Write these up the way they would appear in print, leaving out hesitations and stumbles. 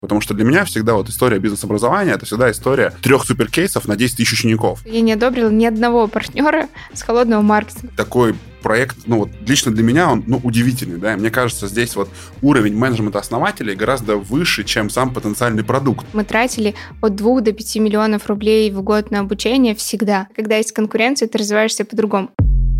Потому что для меня всегда вот история бизнес-образования — это всегда история 3 суперкейсов на 10 тысяч учеников. Я не одобрила ни одного партнера с холодного маркетинга. Такой проект, лично для меня он, удивительный, да, и мне кажется, здесь вот уровень менеджмента основателей гораздо выше, чем сам потенциальный продукт. Мы тратили от 2 до 5 миллионов рублей в год на обучение всегда. Когда есть конкуренция, ты развиваешься по-другому.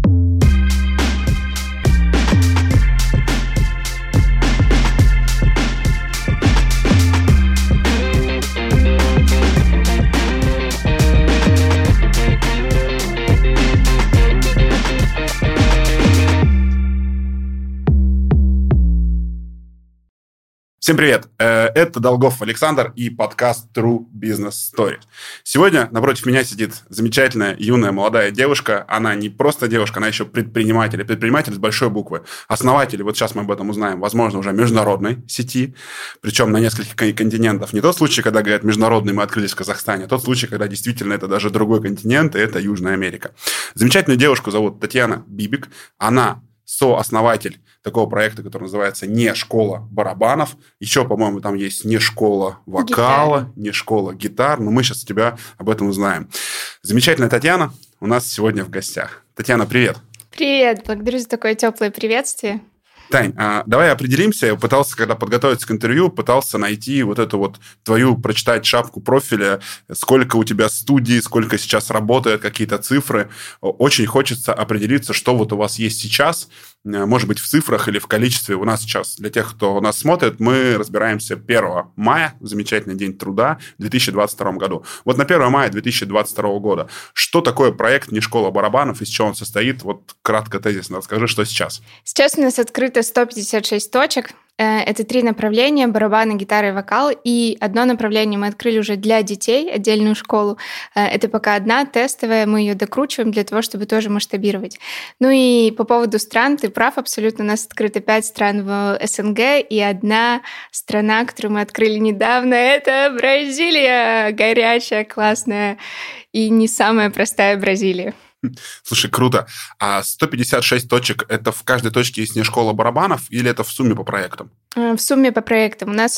Всем привет! Это Долгов Александр и подкаст True Business Story. Сегодня напротив меня сидит замечательная, юная, молодая девушка. Она не просто девушка, она еще предприниматель. Предприниматель с большой буквы. Основатель, вот сейчас мы об этом узнаем, возможно, уже международной сети, причем на нескольких континентах. Не тот случай, когда говорят международный, мы открылись в Казахстане, а тот случай, когда действительно это даже другой континент, и это Южная Америка. Замечательную девушку зовут Татьяна Бибик. Она сооснователь такого проекта, который называется «Не школа барабанов». Еще, по-моему, там есть «Не школа вокала», «Не школа гитар». Но мы сейчас у тебя об этом узнаем. Замечательная Татьяна у нас сегодня в гостях. Татьяна, привет. Привет, благодарю за такое теплое приветствие. Тань, давай определимся. Я пытался, когда подготовиться к интервью, пытался найти вот эту вот твою, прочитать шапку профиля, сколько у тебя студий, сколько сейчас работает, какие-то цифры. Очень хочется определиться, что вот у вас есть сейчас, может быть, в цифрах или в количестве. У нас сейчас, для тех, кто нас смотрит, мы разбираемся 1 мая, замечательный день труда, в 2022 году. Вот на 1 мая 2022 года. Что такое проект «Не школа барабанов», из чего он состоит? Вот кратко, тезисно расскажи, что сейчас. Сейчас у нас открыто 156 точек. Это 3 направления: барабаны, гитара и вокал. И одно направление мы открыли уже для детей, отдельную школу. Это пока одна, тестовая, мы ее докручиваем для того, чтобы тоже масштабировать. Ну и по поводу стран, ты прав абсолютно. У нас открыто 5 стран в СНГ и одна страна, которую мы открыли недавно, это Бразилия. Горячая, классная и не самая простая Бразилия. Слушай, круто. А 156 точек, это в каждой точке есть не школа барабанов или это в сумме по проектам? В сумме по проектам. У нас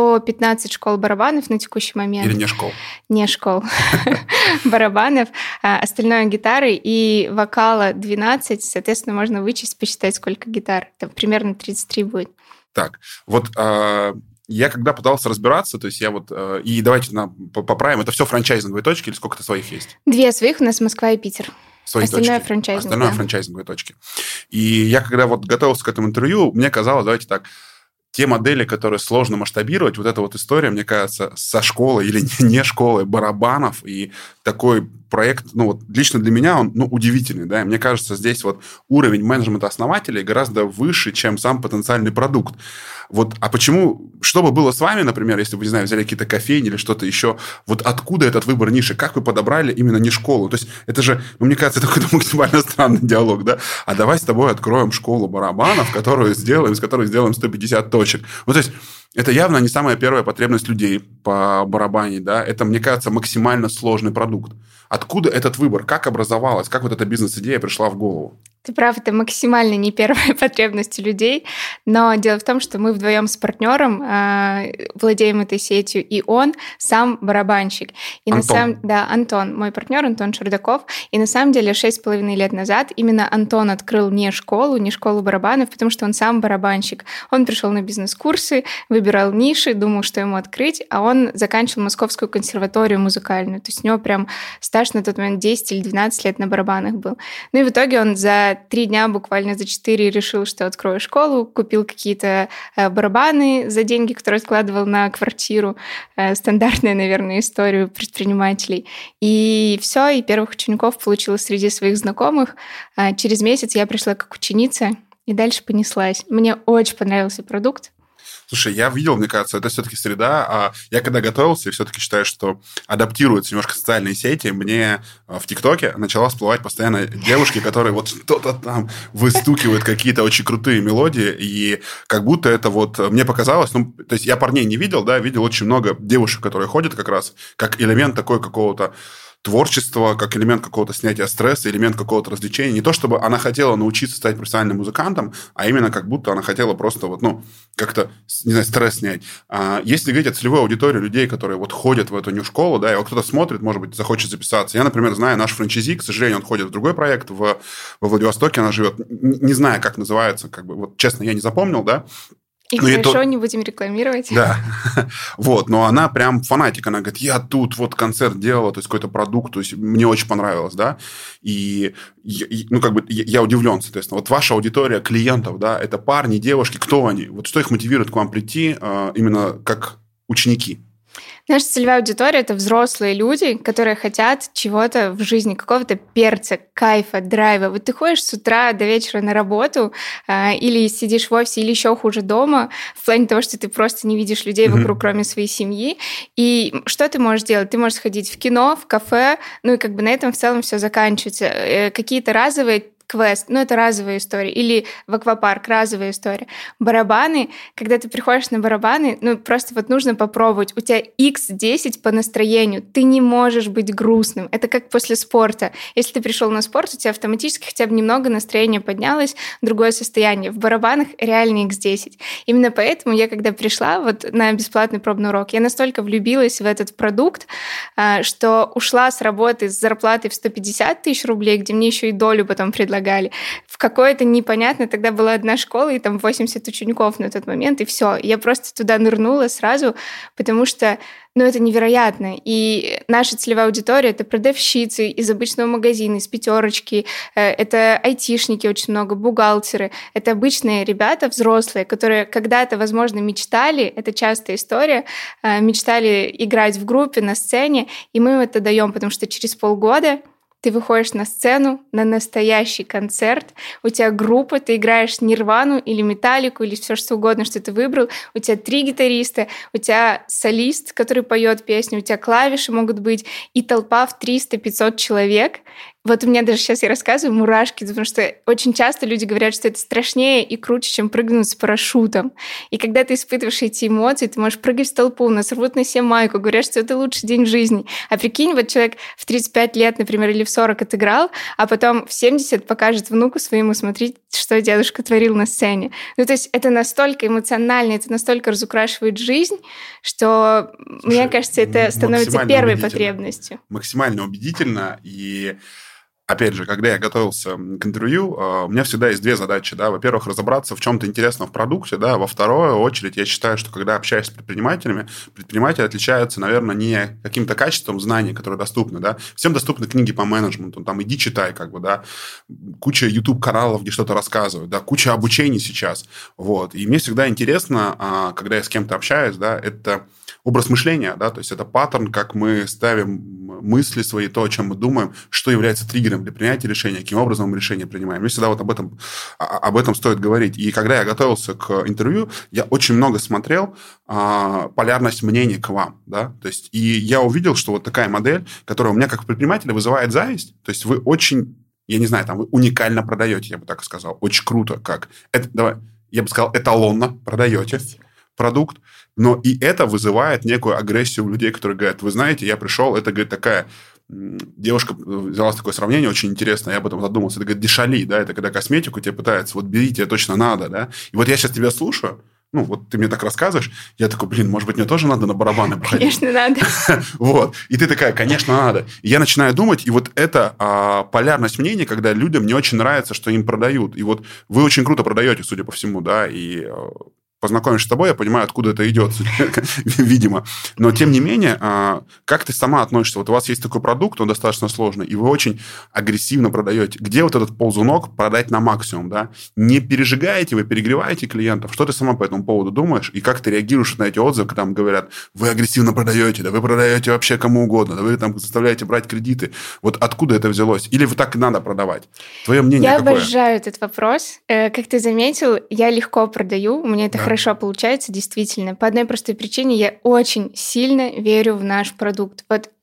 115 школ барабанов на текущий момент. Или не школ? Не школ. Барабанов. Остальное гитары и вокала 12. Соответственно, можно вычесть, посчитать, сколько гитар. Там примерно 33 будет. Так, вот... Я когда пытался разбираться, то есть я вот... И давайте поправим, это все франчайзинговые точки или сколько-то своих есть? 2 своих, у нас Москва и Питер. Свои Остальное точки. франчайзинг. Остальное франчайзинговые точки. И я когда вот готовился к этому интервью, мне казалось, давайте так, те модели, которые сложно масштабировать, вот эта вот история, мне кажется, со школой или не школой барабанов, и такой проект, лично для меня он, удивительный, да, и мне кажется, здесь вот уровень менеджмента основателей гораздо выше, чем сам потенциальный продукт. Вот, а почему, что бы было с вами, например, если бы, не знаю, взяли какие-то кофейни или что-то еще, вот откуда этот выбор ниши, как вы подобрали именно не школу? То есть это же, мне кажется, это какой-то максимально странный диалог, да? А давай с тобой откроем школу барабанов, из которой сделаем 150 точек. Вот, то есть это явно не самая первая потребность людей по барабане, да? Это, мне кажется, максимально сложный продукт. Откуда этот выбор? Как образовалась? Как вот эта бизнес-идея пришла в голову? Ты прав, это максимально не первая потребность у людей, но дело в том, что мы вдвоем с партнером владеем этой сетью, и он сам барабанщик. И Антон. Антон, мой партнер Антон Шурдаков. И на самом деле 6,5 лет назад именно Антон открыл не школу барабанов, потому что он сам барабанщик. Он пришел на бизнес-курсы, выбирал ниши, думал, что ему открыть, а он заканчивал Московскую консерваторию музыкальную. То есть у него прям стаж на тот момент 10 или 12 лет на барабанах был. Ну и в итоге он за 3 дня, буквально за 4, решил, что открою школу, купил какие-то барабаны за деньги, которые откладывал на квартиру. Стандартная, наверное, история предпринимателей. И все, и первых учеников получила среди своих знакомых. Через месяц я пришла как ученица, и дальше понеслась. Мне очень понравился продукт. Слушай, я видел, мне кажется, это все-таки среда. А я когда готовился, я все-таки считаю, что адаптируются немножко социальные сети. Мне в ТикТоке начала всплывать постоянно девушки, которые вот что-то там выстукивают, какие-то очень крутые мелодии. И как будто это вот мне показалось... то есть я парней не видел, да, видел очень много девушек, которые ходят как раз как элемент такой какого-то творчество как элемент какого-то снятия стресса, элемент какого-то развлечения. Не то, чтобы она хотела научиться стать профессиональным музыкантом, а именно как будто она хотела просто как-то, не знаю, стресс снять. Если говорить о целевой аудитории людей, которые ходят в эту нью-школу, да, и кто-то смотрит, может быть, захочет записаться. Я, например, знаю наш франчайзи, к сожалению, он ходит в другой проект во Владивостоке, она живет, не знаю, как называется, честно, я не запомнил, да. И хорошо, не будем рекламировать. Да, но она прям фанатик, она говорит, я тут концерт делала, то есть какой-то продукт, то есть мне очень понравилось, да, и я удивлен, соответственно. Ваша аудитория клиентов, да, это парни, девушки, кто они? Что их мотивирует к вам прийти именно как ученики? Наша целевая аудитория – это взрослые люди, которые хотят чего-то в жизни, какого-то перца, кайфа, драйва. Ты ходишь с утра до вечера на работу или сидишь в офисе, или еще хуже дома, в плане того, что ты просто не видишь людей вокруг, кроме своей семьи. И что ты можешь делать? Ты можешь сходить в кино, в кафе, на этом в целом все заканчивается. Какие-то разовые квест, это разовая история, или в аквапарк, разовая история. Барабаны, когда ты приходишь на барабаны, просто нужно попробовать. У тебя X10 по настроению, ты не можешь быть грустным. Это как после спорта. Если ты пришел на спорт, у тебя автоматически хотя бы немного настроение поднялось, другое состояние. В барабанах реально X10. Именно поэтому я, когда пришла на бесплатный пробный урок, я настолько влюбилась в этот продукт, что ушла с работы с зарплатой в 150 тысяч рублей, где мне еще и долю потом предлагали. В какое-то непонятно, тогда была одна школа, и там 80 учеников на тот момент, и все. Я просто туда нырнула сразу, потому что это невероятно. И наша целевая аудитория – это продавщицы из обычного магазина, из пятерочки, это айтишники очень много, бухгалтеры. Это обычные ребята, взрослые, которые когда-то, возможно, мечтали, это частая история, мечтали играть в группе, на сцене, и мы им это даем, потому что через полгода ты выходишь на сцену, на настоящий концерт, у тебя группа, ты играешь Нирвану или Металлику, или все что угодно, что ты выбрал, у тебя 3 гитариста, у тебя солист, который поет песню, у тебя клавиши могут быть, и толпа в 300-500 человек. У меня даже сейчас я рассказываю мурашки, потому что очень часто люди говорят, что это страшнее и круче, чем прыгнуть с парашютом. И когда ты испытываешь эти эмоции, ты можешь прыгать в толпу, нас рвут на себе майку, говорят, что это лучший день в жизни. А прикинь, человек в 35 лет, например, или в 40 отыграл, а потом в 70 покажет внуку своему, смотреть, что дедушка творил на сцене. То есть это настолько эмоционально, это настолько разукрашивает жизнь, что, мне кажется, это становится первой потребностью. Максимально убедительно. И опять же, когда я готовился к интервью, у меня всегда есть 2 задачи. Да? Во-первых, разобраться в чем-то интересном в продукте. Да? Во вторую очередь, я считаю, что когда общаюсь с предпринимателями, предприниматели отличаются, наверное, не каким-то качеством знаний, которые доступны. Да? Всем доступны книги по менеджменту. Там иди читай, да? Куча YouTube-каналов, где что-то рассказывают. Да? Куча обучений сейчас. И мне всегда интересно, когда я с кем-то общаюсь, да, это образ мышления, да, то есть это паттерн, как мы ставим мысли свои, то, о чем мы думаем, что является триггером для принятия решения, каким образом мы решение принимаем. Мне всегда об этом стоит говорить. И когда я готовился к интервью, я очень много смотрел полярность мнений к вам, да, то есть и я увидел, что такая модель, которая у меня как предпринимателя вызывает зависть, то есть вы очень, я не знаю, там вы уникально продаете, я бы так сказал, очень круто, я бы сказал, эталонно продаете продукт, но и это вызывает некую агрессию у людей, которые говорят, вы знаете, я пришел, это, говорит, такая девушка взяла такое сравнение очень интересное, я об этом задумался, это, говорит, дешали, да, это когда косметику тебе пытаются, бери, тебе точно надо, да, и я сейчас тебя слушаю, ты мне так рассказываешь, я такой, может быть, мне тоже надо на барабаны проходить? Конечно, надо. И ты такая, конечно, надо. И я начинаю думать, и это полярность мнений, когда людям не очень нравится, что им продают. И вы очень круто продаете, судя по всему, да, и познакомившись с тобой, я понимаю, откуда это идет, видимо. Но, тем не менее, как ты сама относишься? У вас есть такой продукт, он достаточно сложный, и вы очень агрессивно продаете. Где этот ползунок продать на максимум, да? Не пережигаете вы, перегреваете клиентов? Что ты сама по этому поводу думаешь? И как ты реагируешь на эти отзывы, когда вам говорят, вы агрессивно продаете, да вы продаете вообще кому угодно, да вы заставляете брать кредиты. Откуда это взялось? Или вы так и надо продавать? Твое мнение какое? Я обожаю этот вопрос. Как ты заметил, я легко продаю, у меня это хорошо получается, действительно. По одной простой причине я очень сильно верю в наш продукт.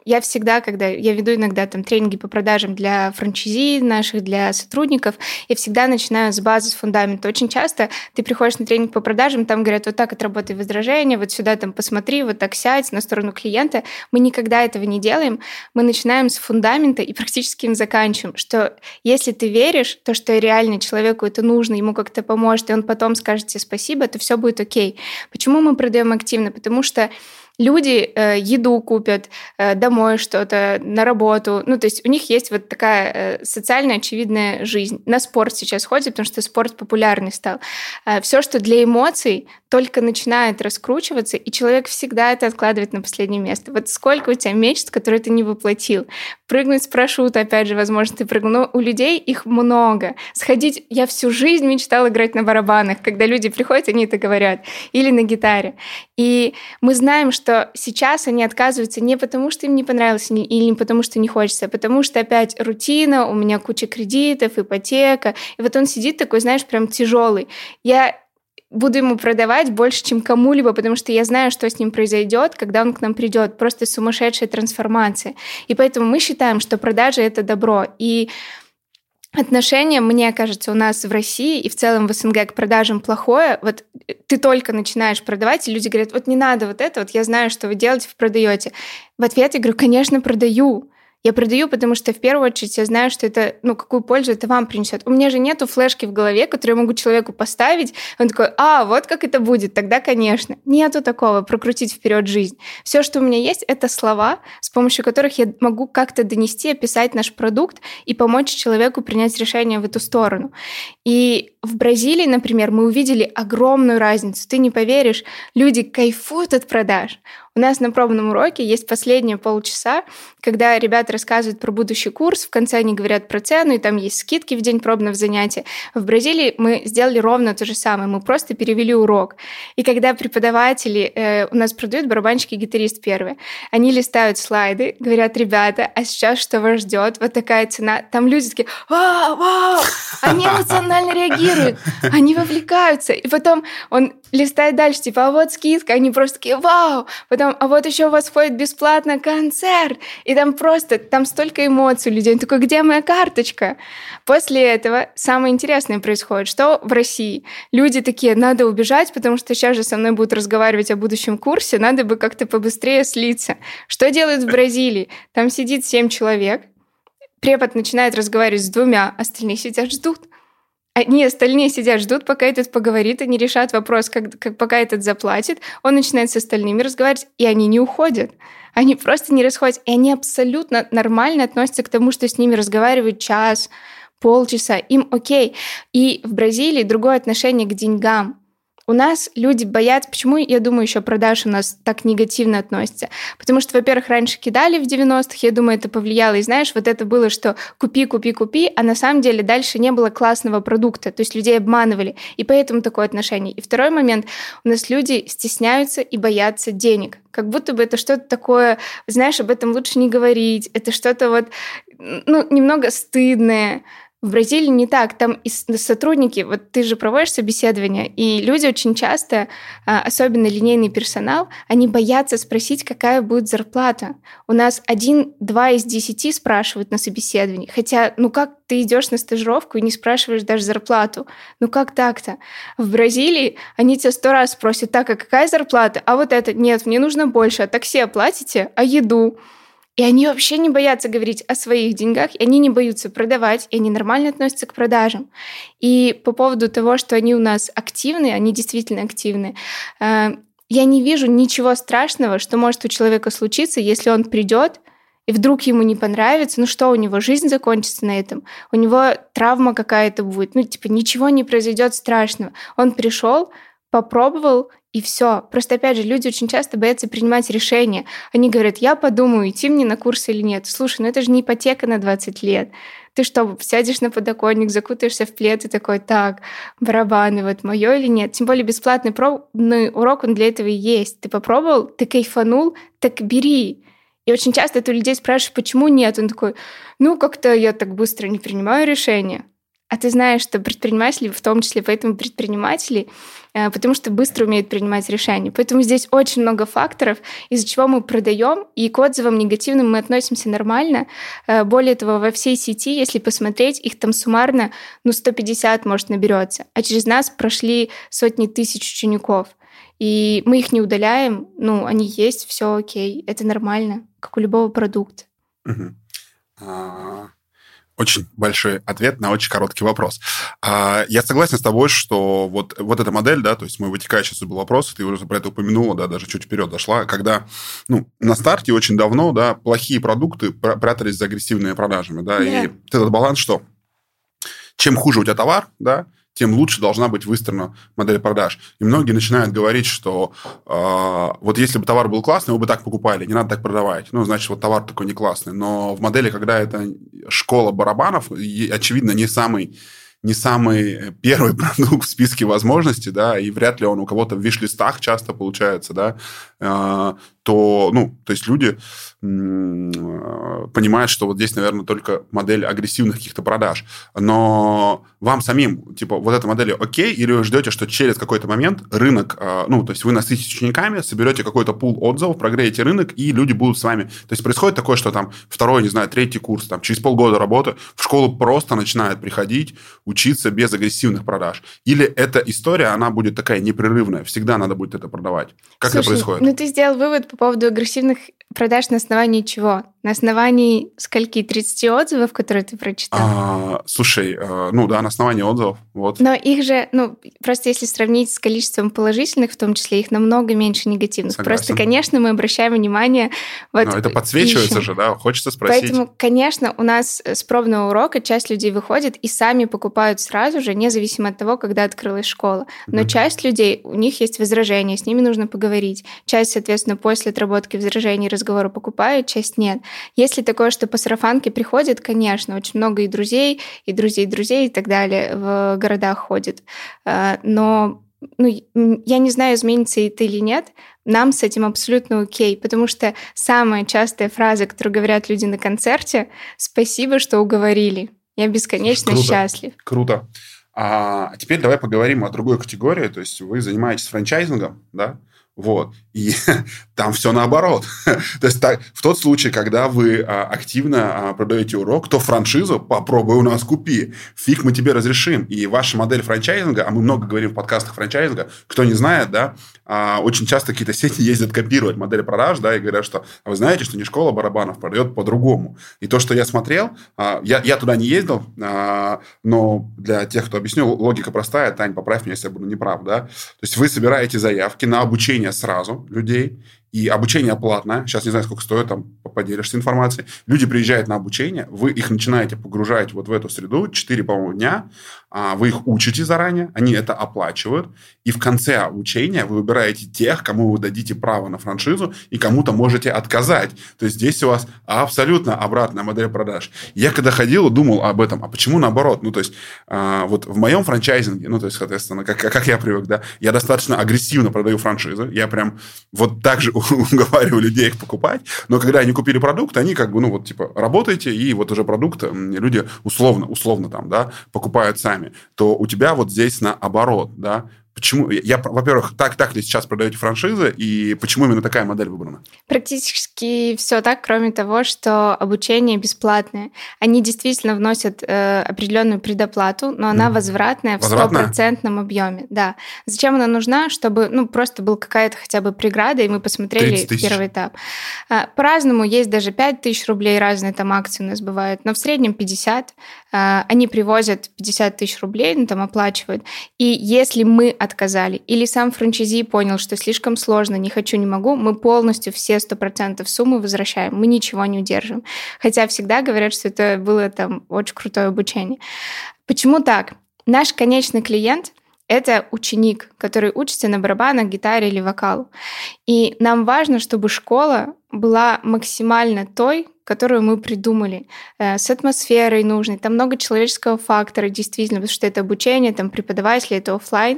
Я всегда, когда я веду иногда там тренинги по продажам для франчайзи наших, для сотрудников, я всегда начинаю с базы, с фундамента. Очень часто ты приходишь на тренинг по продажам, там говорят, вот так отработай возражения, вот сюда там посмотри, вот так сядь на сторону клиента. Мы никогда этого не делаем. Мы начинаем с фундамента и практически им заканчиваем, что если ты веришь, то, что реально человеку это нужно, ему как-то поможет, и он потом скажет тебе спасибо, то все будет окей. Почему мы продаем активно? Потому что люди еду купят, домой что-то, на работу. Ну, то есть у них есть вот такая социально очевидная жизнь. На спорт сейчас ходят, потому что спорт популярный стал. Все, что для эмоций, только начинает раскручиваться, и человек всегда это откладывает на последнее место. Вот сколько у тебя мечт, которые ты не воплотил? Прыгнуть с парашюта, опять же, возможно, ты прыгнул. Но у людей их много. Сходить... Я всю жизнь мечтала играть на барабанах. Когда люди приходят, они это говорят. Или на гитаре. И мы знаем, что сейчас они отказываются не потому, что им не понравилось, или не потому, что не хочется, а потому что опять рутина, у меня куча кредитов, ипотека. И вот он сидит такой, знаешь, прям тяжелый. Я буду ему продавать больше, чем кому-либо, потому что я знаю, что с ним произойдет, когда он к нам придет. Просто сумасшедшая трансформация. И поэтому мы считаем, что продажи — это добро. И отношение, мне кажется, у нас в России и в целом в СНГ к продажам плохое. Вот ты только начинаешь продавать, и люди говорят, вот не надо вот это, вот я знаю, что вы делаете, вы продаете. В ответ я говорю, конечно, продаю. Я продаю, потому что в первую очередь я знаю, что это, какую пользу это вам принесет. У меня же нету флешки в голове, которую я могу человеку поставить. Он такой, вот как это будет, тогда, конечно. Нету такого, прокрутить вперед жизнь. Все, что у меня есть, это слова, с помощью которых я могу как-то донести, описать наш продукт и помочь человеку принять решение в эту сторону. И в Бразилии, например, мы увидели огромную разницу. Ты не поверишь, люди кайфуют от продаж. У нас на пробном уроке есть последние полчаса, когда ребята рассказывают про будущий курс, в конце они говорят про цену, и там есть скидки в день пробного занятия. В Бразилии мы сделали ровно то же самое, мы просто перевели урок. И когда преподаватели, у нас продают барабанщик и гитарист первые, они листают слайды, говорят, ребята, а сейчас что вас ждет? Вот такая цена. Там люди такие, вау, они эмоционально реагируют, они вовлекаются. И потом он листает дальше, типа, а вот скидка, они просто такие, вау, потом, а вот еще у вас входит бесплатно концерт, и там столько эмоций у людей, он такой, где моя карточка? После этого самое интересное происходит, что в России люди такие, надо убежать, потому что сейчас же со мной будут разговаривать о будущем курсе, надо бы как-то побыстрее слиться. Что делают в Бразилии? Там сидит 7 человек, препод начинает разговаривать с 2, остальные сидят, ждут. Остальные сидят, ждут, пока этот поговорит, они решат вопрос, пока этот заплатит, он начинает с остальными разговаривать, и они не уходят. Они просто не расходятся, и они абсолютно нормально относятся к тому, что с ними разговаривают час, полчаса, им окей. И в Бразилии другое отношение к деньгам. У нас люди боятся, почему, я думаю, еще продаж у нас так негативно относятся. Потому что, во-первых, раньше кидали в 90-х, я думаю, это повлияло. И знаешь, вот это было, что купи, а на самом деле дальше не было классного продукта, то есть людей обманывали, и поэтому такое отношение. И второй момент, у нас люди стесняются и боятся денег. Как будто бы это что-то такое, знаешь, об этом лучше не говорить, это что-то вот, немного стыдное. В Бразилии не так. Там и сотрудники, вот ты же проводишь собеседование, и люди очень часто, особенно линейный персонал, они боятся спросить, какая будет зарплата. У нас 1-2 из 10 спрашивают на собеседовании. Хотя, как ты идешь на стажировку и не спрашиваешь даже зарплату? Как так-то? В Бразилии они тебя 100 раз спросят, так, а какая зарплата? А вот это, нет, мне нужно больше. А такси оплатите? А еду? И они вообще не боятся говорить о своих деньгах, и они не боятся продавать, и они нормально относятся к продажам. И по поводу того, что они у нас активны, они действительно активны, я не вижу ничего страшного, что может у человека случиться, если он придет, и вдруг ему не понравится, что у него, жизнь закончится на этом, у него травма какая-то будет, ничего не произойдет страшного. Он пришел, попробовал, и все. Просто, опять же, люди очень часто боятся принимать решения. Они говорят, я подумаю, идти мне на курс или нет. Слушай, это же не ипотека на 20 лет. Ты что, сядешь на подоконник, закутаешься в плед и такой, так, барабаны, вот мое или нет? Тем более бесплатный пробный урок, он для этого и есть. Ты попробовал, ты кайфанул, так бери. И очень часто ты у людей спрашиваешь, почему нет? Он такой, как-то я так быстро не принимаю решения. а ты знаешь, что предприниматели, в том числе поэтому предприниматели, потому что быстро умеют принимать решения. Поэтому здесь очень много факторов, из-за чего мы продаем, и к отзывам негативным мы относимся нормально. Более того, во всей сети, если посмотреть, их там суммарно 150, может, наберется, а через нас прошли сотни тысяч учеников. И мы их не удаляем, они есть, все окей, это нормально, как у любого продукта. Очень большой ответ на очень короткий вопрос. Я согласен с тобой, что вот эта модель, да, то есть мой вытекающий был вопрос, ты уже про это упомянула, да, даже чуть вперед зашла, когда, на старте очень давно, да, плохие продукты прятались за агрессивными продажами, да, и этот баланс, что чем хуже у тебя товар, да, тем лучше должна быть выстроена модель продаж. И многие начинают говорить, что вот если бы товар был классный, вы бы так покупали, не надо так продавать. Значит, вот товар такой не классный. Но в модели, когда это школа барабанов, очевидно, не самый первый продукт в списке возможностей, да, и вряд ли он у кого-то в виш-листах часто получается, да, то есть люди понимают, что вот здесь, наверное, только модель агрессивных каких-то продаж. Но вам самим, вот эта модель окей, или вы ждете, что через какой-то момент рынок, то есть вы насытитесь учениками, соберете какой-то пул отзывов, прогреете рынок, и люди будут с вами... То есть происходит такое, что там второй, не знаю, третий курс, там через полгода работы в школу просто начинают приходить, учиться без агрессивных продаж. Или эта история, она будет такая непрерывная, всегда надо будет это продавать. Как это происходит? Ты сделал вывод по поводу агрессивных продаж на основании чего? На основании скольки? 30 отзывов, которые ты прочитал? Слушай, на основании отзывов. Вот. Но их же, просто если сравнить с количеством положительных, в том числе, их намного меньше негативных. Согласен. Просто, конечно, мы обращаем внимание... Но это подсвечивается же, да? Хочется спросить. Поэтому, конечно, у нас с пробного урока часть людей выходит и сами покупают сразу же, независимо от того, когда открылась школа. Но часть людей, у них есть возражения, с ними нужно поговорить. Часть, соответственно, после отработки возражений разговора покупает, часть нет. Если такое, что по сарафанке приходит, конечно, очень много и друзей, и друзей, и так далее в городах ходит. Но я не знаю, изменится это или нет, нам с этим абсолютно окей, потому что самая частая фраза, которую говорят люди на концерте: «Спасибо, что уговорили. Я бесконечно счастлив». Круто. А теперь давай поговорим о другой категории. То есть вы занимаетесь франчайзингом, да? Вот. И там все наоборот. То есть в тот случай, когда вы активно продаете урок, то франшизу попробуй у нас купи. Фиг мы тебе разрешим. И ваша модель франчайзинга, а мы много говорим в подкастах франчайзинга, кто не знает, да, очень часто какие-то сети ездят копировать модель продаж, да, и говорят, что вы знаете, что не школа барабанов продает по-другому. И то, что я смотрел, я туда не ездил, но для тех, кто объяснил, логика простая. Тань, поправь меня, если я буду неправ, да. То есть вы собираете заявки на обучение сразу людей, и обучение платное. Сейчас не знаю, сколько стоит, там поделишься информацией. Люди приезжают на обучение, вы их начинаете погружать вот в эту среду, 4, по-моему, дня, вы их учите заранее, они это оплачивают, и в конце обучения вы выбираете тех, кому вы дадите право на франшизу, и кому-то можете отказать. То есть здесь у вас абсолютно обратная модель продаж. Я когда ходил, думал об этом, а почему наоборот? То есть вот в моем франчайзинге, то есть, соответственно, как я привык, да, я достаточно агрессивно продаю франшизы, я прям вот так же уговариваю людей их покупать, но когда они купили продукт, они работаете, и вот уже продукт люди условно там, да, покупают сами, то у тебя вот здесь наоборот, да. Почему? Во-первых, так ли сейчас продаете франшизы, и почему именно такая модель выбрана? Практически все так, кроме того, что обучение бесплатное. Они действительно вносят определенную предоплату, но она возвратная в 100% объеме. Да. Зачем она нужна? Чтобы просто была какая-то хотя бы преграда, и мы посмотрели первый этап. По-разному, есть даже 5 тысяч рублей, разные там акции у нас бывают, но в среднем 50. Они привозят 50 тысяч рублей, там оплачивают. И если мы отказали, или сам франчайзи понял, что слишком сложно, не хочу, не могу, мы полностью все 100% суммы возвращаем, мы ничего не удержим. Хотя всегда говорят, что это было там очень крутое обучение. Почему так? Наш конечный клиент — это ученик, который учится на барабанах, гитаре или вокалу. И нам важно, чтобы школа была максимально той, которую мы придумали, с атмосферой нужной. Там много человеческого фактора, действительно, потому что это обучение, там преподаватели, это офлайн.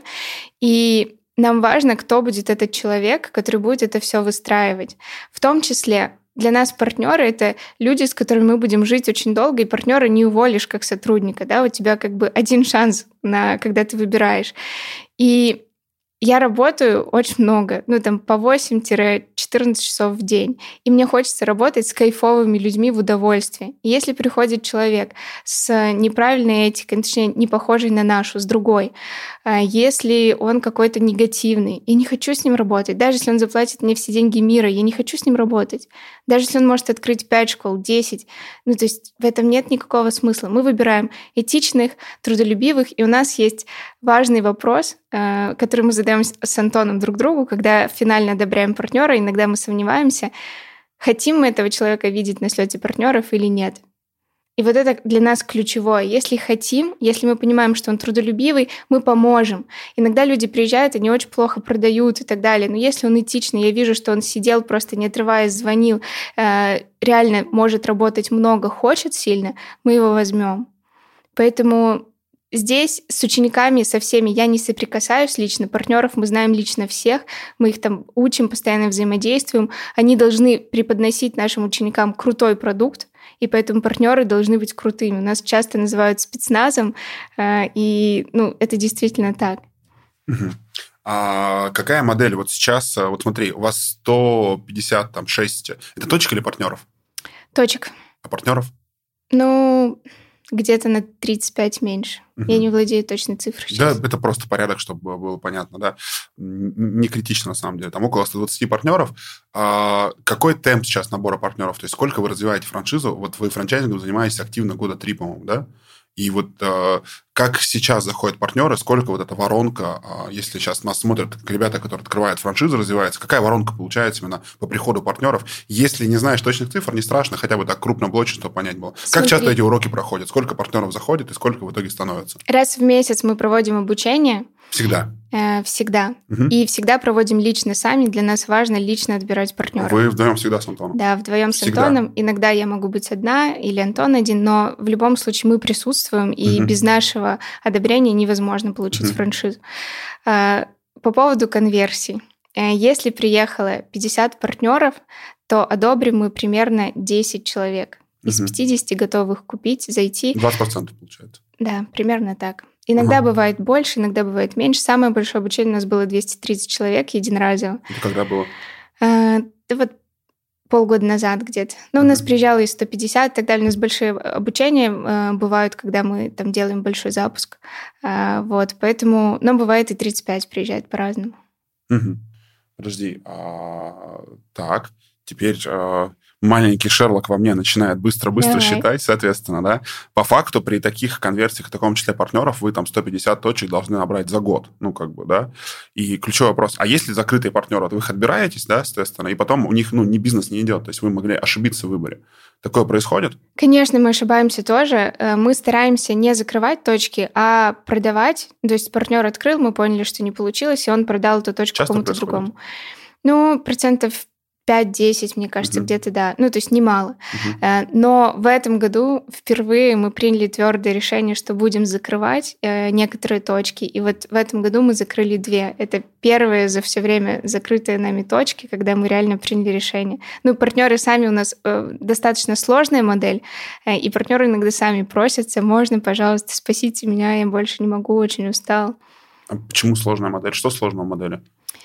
И нам важно, кто будет этот человек, который будет это все выстраивать. В том числе для нас партнеры — это люди, с которыми мы будем жить очень долго, и партнера не уволишь как сотрудника, да, у тебя как бы один шанс, когда ты выбираешь. И я работаю очень много, по 8-14 часов в день. И мне хочется работать с кайфовыми людьми в удовольствии. И если приходит человек с неправильной этикой, точнее, не похожей на нашу, с другой, если он какой-то негативный, я не хочу с ним работать. Даже если он заплатит мне все деньги мира, я не хочу с ним работать. Даже если он может открыть 5 школ, 10. То есть в этом нет никакого смысла. Мы выбираем этичных, трудолюбивых, и у нас есть важный вопрос, который мы задаем с Антоном друг другу, когда финально одобряем партнера. Иногда мы сомневаемся, хотим мы этого человека видеть на слете партнеров или нет. И вот это для нас ключевое. Если хотим, если мы понимаем, что он трудолюбивый, мы поможем. Иногда люди приезжают, они очень плохо продают и так далее. Но если он этичный, я вижу, что он сидел, просто не отрываясь, звонил, реально может работать много, хочет сильно, мы его возьмем. Поэтому здесь с учениками, со всеми я не соприкасаюсь лично. Партнеров мы знаем лично всех. Мы их там учим, постоянно взаимодействуем. Они должны преподносить нашим ученикам крутой продукт, и поэтому партнеры должны быть крутыми. У нас часто называют спецназом, и это действительно так. А какая модель вот сейчас? Вот смотри, у вас 156. Это точек или партнеров? Точек. А партнеров? Где-то на 35 меньше. Я не владею точной цифрой сейчас. Да, это просто порядок, чтобы было понятно, да. Не критично, на самом деле. Там около 120 партнеров. Какой темп сейчас набора партнеров? То есть сколько вы развиваете франшизу? Вот вы франчайзингом занимаетесь активно года 3, по-моему, да? И вот как сейчас заходят партнеры, сколько вот эта воронка, если сейчас нас смотрят ребята, которые открывают франшизу, развивается, какая воронка получается именно по приходу партнеров? Если не знаешь точных цифр, не страшно, хотя бы так крупно блочно, чтобы понять было. Смотри. Как часто эти уроки проходят? Сколько партнеров заходит и сколько в итоге становится? Раз в месяц мы проводим обучение. Всегда? Всегда. И всегда проводим лично сами. Для нас важно лично отбирать партнеров. Вы вдвоем всегда с Антоном? Да, вдвоем с Антоном. Иногда я могу быть одна или Антон один, но в любом случае мы присутствуем, и без нашего одобрения невозможно получить франшизу. По поводу конверсий. Если приехало 50 партнеров, то одобрим мы примерно 10 человек. Из 50 готовых купить, зайти. 20% получается. Да, примерно так. Иногда бывает больше, иногда бывает меньше. Самое большое обучение у нас было 230 человек единоразово. Это когда было? Полгода назад где-то. У нас приезжало и 150 и так далее. У нас большие обучения бывают, когда мы там делаем большой запуск. Поэтому... Но бывает и 35 приезжает по-разному. Подожди. Так, теперь... Маленький Шерлок во мне начинает быстро-быстро считать, соответственно, да. По факту при таких конверсиях, в таком числе партнеров, вы там 150 точек должны набрать за год, да. И ключевой вопрос, а если закрытые партнеры, вы их отбираетесь, да, соответственно, и потом у них, ни бизнес не идет, то есть вы могли ошибиться в выборе. Такое происходит? Конечно, мы ошибаемся тоже. Мы стараемся не закрывать точки, а продавать. То есть партнер открыл, мы поняли, что не получилось, и он продал эту точку кому-то другому. 5-10, мне кажется, где-то, да. То есть немало. Но в этом году впервые мы приняли твердое решение, что будем закрывать некоторые точки. И вот в этом году мы закрыли 2. Это первые за все время закрытые нами точки, когда мы реально приняли решение. Партнеры сами у нас достаточно сложная модель, и партнеры иногда сами просятся: можно, пожалуйста, спасите меня, я больше не могу, очень устал. А почему сложная модель? Что сложно в модели?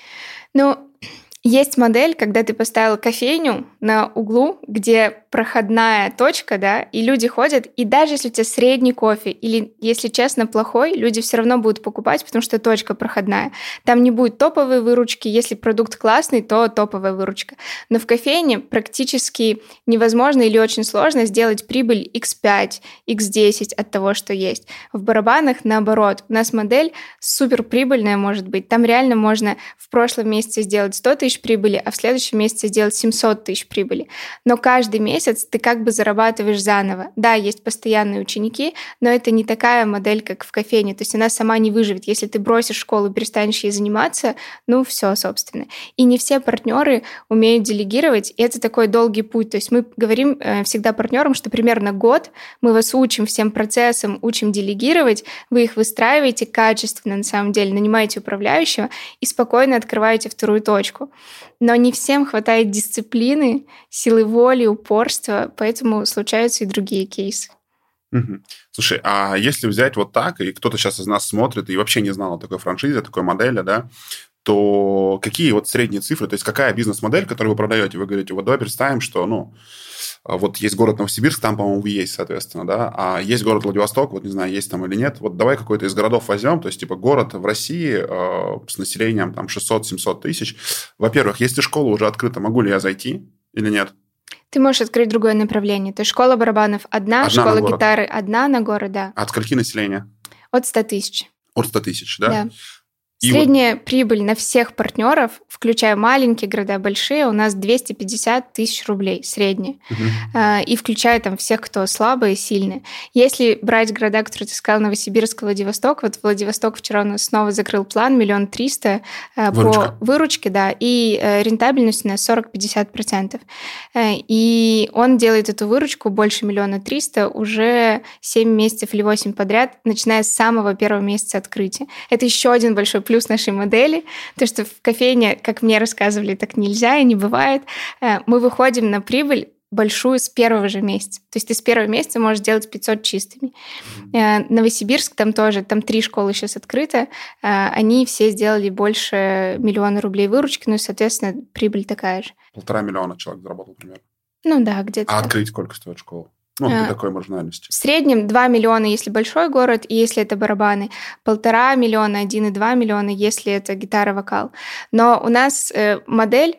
Есть модель, когда ты поставил кофейню на углу, где проходная точка, да, и люди ходят, и даже если у тебя средний кофе или, если честно, плохой, люди все равно будут покупать, потому что точка проходная. Там не будет топовой выручки, если продукт классный, то топовая выручка. Но в кофейне практически невозможно или очень сложно сделать прибыль x5, x10 от того, что есть. В барабанах наоборот. У нас модель суперприбыльная может быть. Там реально можно в прошлом месяце сделать 100 тысяч прибыли, а в следующем месяце сделать 700 тысяч прибыли. Но каждый месяц месяц ты как бы зарабатываешь заново. Да, есть постоянные ученики, но это не такая модель, как в кофейне. То есть она сама не выживет. Если ты бросишь школу и перестанешь ей заниматься, ну все, собственно. И не все партнеры умеют делегировать, и это такой долгий путь. То есть мы говорим всегда партнерам, что примерно год мы вас учим всем процессам, учим делегировать, вы их выстраиваете качественно, на самом деле, нанимаете управляющего и спокойно открываете вторую точку. Но не всем хватает дисциплины, силы воли, упорства, поэтому случаются и другие кейсы. Угу. Слушай, а если взять вот так, и кто-то сейчас из нас смотрит и вообще не знал о такой франшизе, такой модели, да, то какие вот средние цифры, то есть какая бизнес-модель, которую вы продаете? Вы говорите, вот давай представим, что, вот есть город Новосибирск, там, по-моему, вы есть, соответственно, да, а есть город Владивосток, вот не знаю, есть там или нет, вот давай какой-то из городов возьмем, то есть, типа, город в России с населением там 600-700 тысяч. Во-первых, если школа уже открыта, могу ли я зайти или нет? Ты можешь открыть другое направление. То есть школа барабанов одна школа гитары одна на город, да. А от скольки населения? От 100 тысяч. От 100 тысяч, да? Да. Средняя прибыль на всех партнеров, включая маленькие города, большие, у нас 250 тысяч рублей средняя. И включая там всех, кто слабый и сильный. Если брать города, которые ты сказал, Новосибирск, Владивосток, вот Владивосток вчера у нас снова закрыл план 1 300 000 по выручке, да, и рентабельность у нас 40-50%. И он делает эту выручку больше 1 300 000 уже 7 месяцев или 8 подряд, начиная с самого первого месяца открытия. Это еще один большой плюс нашей модели, то, что в кофейне, как мне рассказывали, так нельзя и не бывает. Мы выходим на прибыль большую с первого же месяца. То есть ты с первого месяца можешь делать 500 чистыми. Новосибирск, там тоже, там 3 школы сейчас открыто, они все сделали больше 1 000 000 рублей выручки, ну и, соответственно, прибыль такая же. 1,5 миллиона человек заработал примерно. Ну да, где-то. А открыть сколько стоит школа? При такой маржинальности. В среднем 2 миллиона, если большой город, и если это барабаны. 1,5 миллиона, 1,2 миллиона, если это гитара-вокал. Но у нас модель,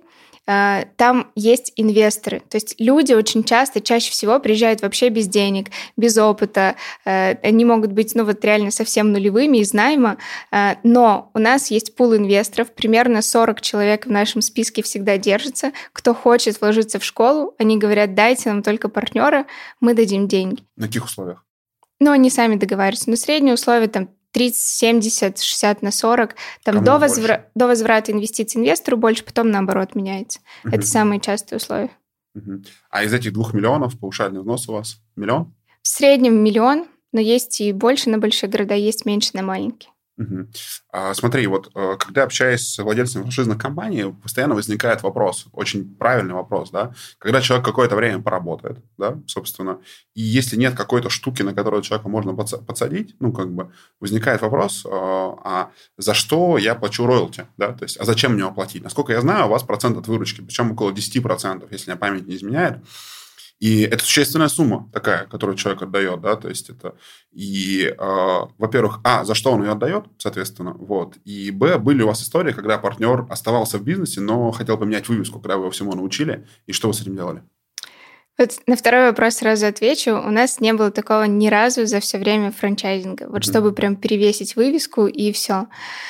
там есть инвесторы. То есть люди очень часто, чаще всего приезжают вообще без денег, без опыта. Они могут быть, реально совсем нулевыми из найма. Но у нас есть пул инвесторов. Примерно 40 человек в нашем списке всегда держится. Кто хочет вложиться в школу, они говорят, дайте нам только партнера, мы дадим деньги. На каких условиях? Они сами договариваются. Но средние условия там 30, 70, 60 на 40. Там до возврата инвестиций инвестору больше, потом наоборот меняется. Это самые частые условия. А из этих 2 миллионов паушальный взнос у вас 1 миллион? В среднем 1 миллион, но есть и больше на большие города, есть меньше на маленькие. Смотри, вот когда общаюсь с владельцами франшизных компаний, постоянно возникает вопрос, очень правильный вопрос, да, когда человек какое-то время поработает, да, собственно, и если нет какой-то штуки, на которую человека можно подсадить, возникает вопрос, а за что я плачу роялти, да, то есть, а зачем мне его платить? Насколько я знаю, у вас процент от выручки, причем около 10%, если мне память не изменяет. И это существенная сумма такая, которую человек отдает, да, то есть это... И, во-первых, за что он ее отдает, соответственно, вот. И, были ли у вас истории, когда партнер оставался в бизнесе, но хотел поменять вывеску, когда вы его всему научили, и что вы с этим делали? Вот на второй вопрос сразу отвечу. У нас не было такого ни разу за все время франчайзинга. Вот чтобы прям перевесить вывеску и все.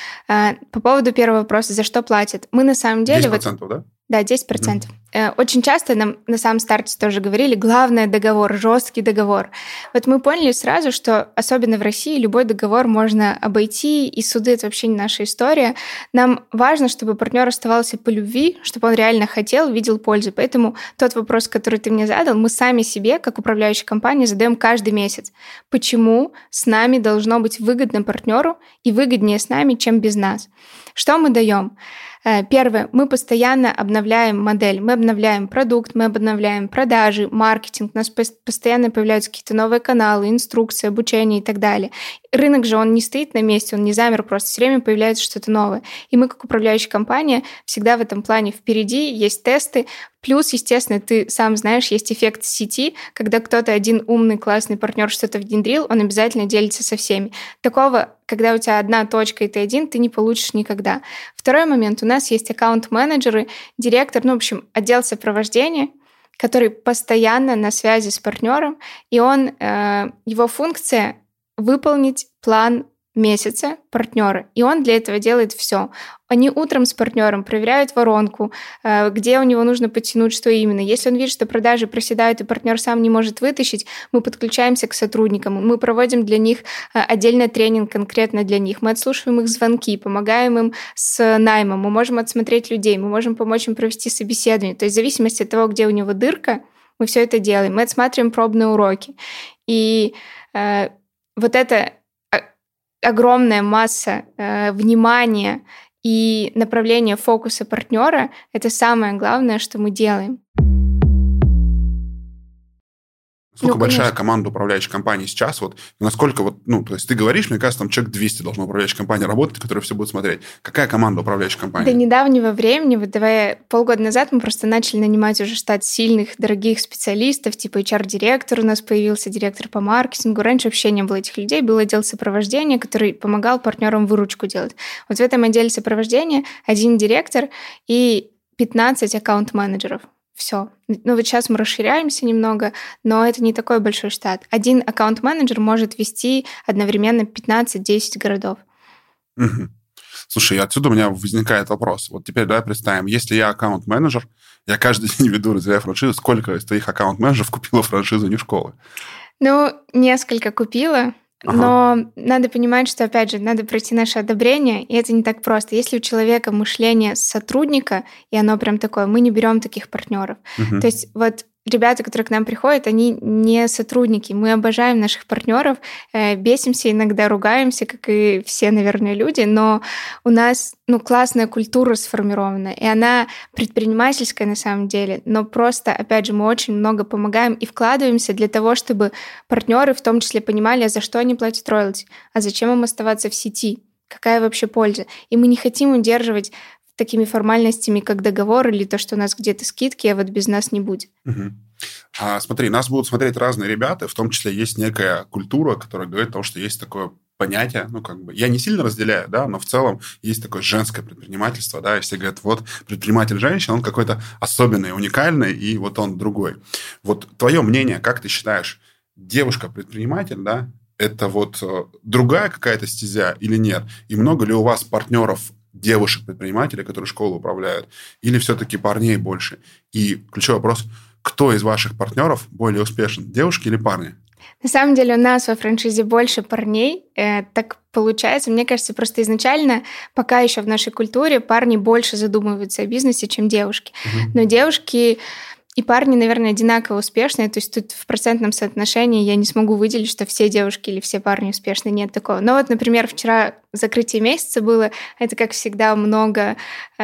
По поводу первого вопроса, за что платят? Мы на самом деле... 10%, да? Да, 10%. Очень часто нам на самом старте тоже говорили, главное договор, жесткий договор. Вот мы поняли сразу, что особенно в России любой договор можно обойти, и суды — это вообще не наша история. Нам важно, чтобы партнер оставался по любви, чтобы он реально хотел, видел пользу. Поэтому тот вопрос, который ты мне задал, мы сами себе, как управляющая компания, задаем каждый месяц. Почему с нами должно быть выгодно партнеру и выгоднее с нами, чем без нас? Что мы даем? Первое, мы постоянно обновляем модель, мы обновляем продукт, мы обновляем продажи, маркетинг, у нас постоянно появляются какие-то новые каналы, инструкции, обучение и так далее. Рынок же, он не стоит на месте, он не замер, просто все время появляется что-то новое. И мы, как управляющая компания, всегда в этом плане впереди, есть тесты. Плюс, естественно, ты сам знаешь, есть эффект сети, когда кто-то один умный, классный партнер что-то внедрил, он обязательно делится со всеми. Такого, когда у тебя одна точка и ты один, ты не получишь никогда. Второй момент. У нас есть аккаунт-менеджеры, директор, отдел сопровождения, который постоянно на связи с партнером, и его функция — выполнить план месяца партнера, и он для этого делает все. Они утром с партнером проверяют воронку, где у него нужно подтянуть, что именно. Если он видит, что продажи проседают, и партнер сам не может вытащить, мы подключаемся к сотрудникам, мы проводим для них отдельный тренинг конкретно для них, мы отслушиваем их звонки, помогаем им с наймом, мы можем отсмотреть людей, мы можем помочь им провести собеседование. То есть в зависимости от того, где у него дырка, мы все это делаем. Мы отсматриваем пробные уроки. И вот эта огромная масса внимания и направления фокуса партнера — это самое главное, что мы делаем. Насколько большая команда управляющей компании сейчас? Вот, насколько вот, то есть ты говоришь, мне кажется, там человек 200 должно управляющей компании работать, которые все будут смотреть. Какая команда управляющей компании? До недавнего времени, вот давай полгода назад мы просто начали нанимать уже штат сильных, дорогих специалистов, типа HR-директор у нас появился, директор по маркетингу. Раньше вообще не было этих людей, был отдел сопровождения, который помогал партнерам выручку делать. Вот в этом отделе сопровождения 1 директор и 15 аккаунт-менеджеров. Все. Вот сейчас мы расширяемся немного, но это не такой большой штат. 1 аккаунт-менеджер может вести одновременно 15-10 городов. Угу. Слушай, отсюда у меня возникает вопрос. Вот теперь давай представим, если я аккаунт-менеджер, я каждый день веду, развиваю франшизу, сколько из твоих аккаунт-менеджеров купила франшизу не школы? Несколько купила. Но надо понимать, что, опять же, надо пройти наше одобрение, и это не так просто. Если у человека мышление сотрудника, и оно прям такое, мы не берем таких партнеров. То есть вот ребята, которые к нам приходят, они не сотрудники. Мы обожаем наших партнеров, бесимся, иногда ругаемся, как и все, наверное, люди, но у нас классная культура сформирована, и она предпринимательская на самом деле, но просто, опять же, мы очень много помогаем и вкладываемся для того, чтобы партнеры в том числе понимали, за что они платят роялти, а зачем им оставаться в сети, какая вообще польза. И мы не хотим удерживать такими формальностями, как договор или то, что у нас где-то скидки, а вот без нас не будет. Смотри, нас будут смотреть разные ребята, в том числе есть некая культура, которая говорит о том, что есть такое понятие, я не сильно разделяю, да, но в целом есть такое женское предпринимательство, да, и все говорят, вот предприниматель женщина, он какой-то особенный, уникальный, и вот он другой. Вот твое мнение, как ты считаешь, девушка-предприниматель, да, это вот другая какая-то стезя или нет? И много ли у вас партнеров девушек-предпринимателей, которые школу управляют, или все-таки парней больше? И ключевой вопрос, кто из ваших партнеров более успешен, девушки или парни? На самом деле у нас во франшизе больше парней, так получается. Мне кажется, просто изначально, пока еще в нашей культуре, парни больше задумываются о бизнесе, чем девушки. Но девушки и парни, наверное, одинаково успешные. То есть тут в процентном соотношении я не смогу выделить, что все девушки или все парни успешны. Нет такого. Но вот, например, вчера закрытие месяца было. Это, как всегда, много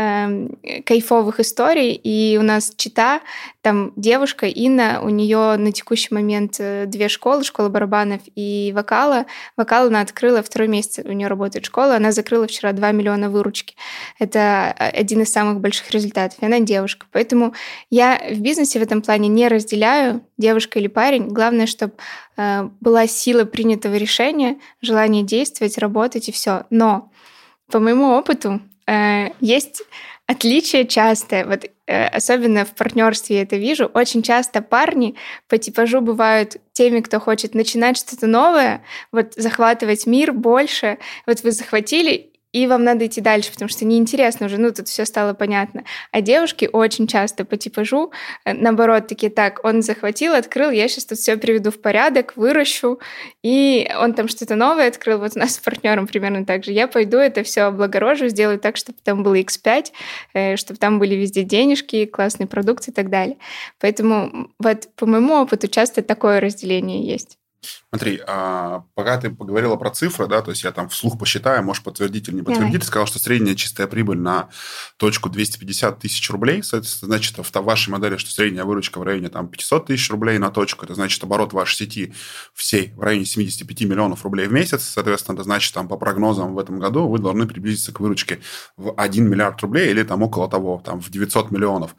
кайфовых историй. И у нас чита, там девушка Инна, у нее на текущий момент 2 школы, школа барабанов и вокала. Вокал она открыла 2 месяц, у нее работает школа, она закрыла вчера 2 миллиона выручки. Это один из самых больших результатов. И она девушка. Поэтому я в бизнесе в этом плане не разделяю, девушка или парень. Главное, чтобы была сила принятого решения, желание действовать, работать и все. Но по моему опыту есть отличие частое. Вот особенно в партнерстве я это вижу. Очень часто парни по типажу бывают теми, кто хочет начинать что-то новое, вот захватывать мир больше. Вот вы захватили, и вам надо идти дальше, потому что неинтересно уже, тут все стало понятно. А девушки очень часто по типажу, наоборот, такие, так, он захватил, открыл, я сейчас тут все приведу в порядок, выращу, и он там что-то новое открыл, вот у нас с партнером примерно так же. Я пойду это все облагорожу, сделаю так, чтобы там было X5, чтобы там были везде денежки, классный продукт и так далее. Поэтому вот по моему опыту часто такое разделение есть. Смотри, пока ты поговорила про цифры, да, то есть я там вслух посчитаю, можешь подтвердить или не подтвердить, ты сказал, что средняя чистая прибыль на точку 250 тысяч рублей, соответственно, значит, в вашей модели, что средняя выручка в районе там 500 тысяч рублей на точку, это значит, оборот вашей сети всей в районе 75 миллионов рублей в месяц, соответственно, это значит, там по прогнозам в этом году вы должны приблизиться к выручке в 1 миллиард рублей или там около того, там в 900 миллионов.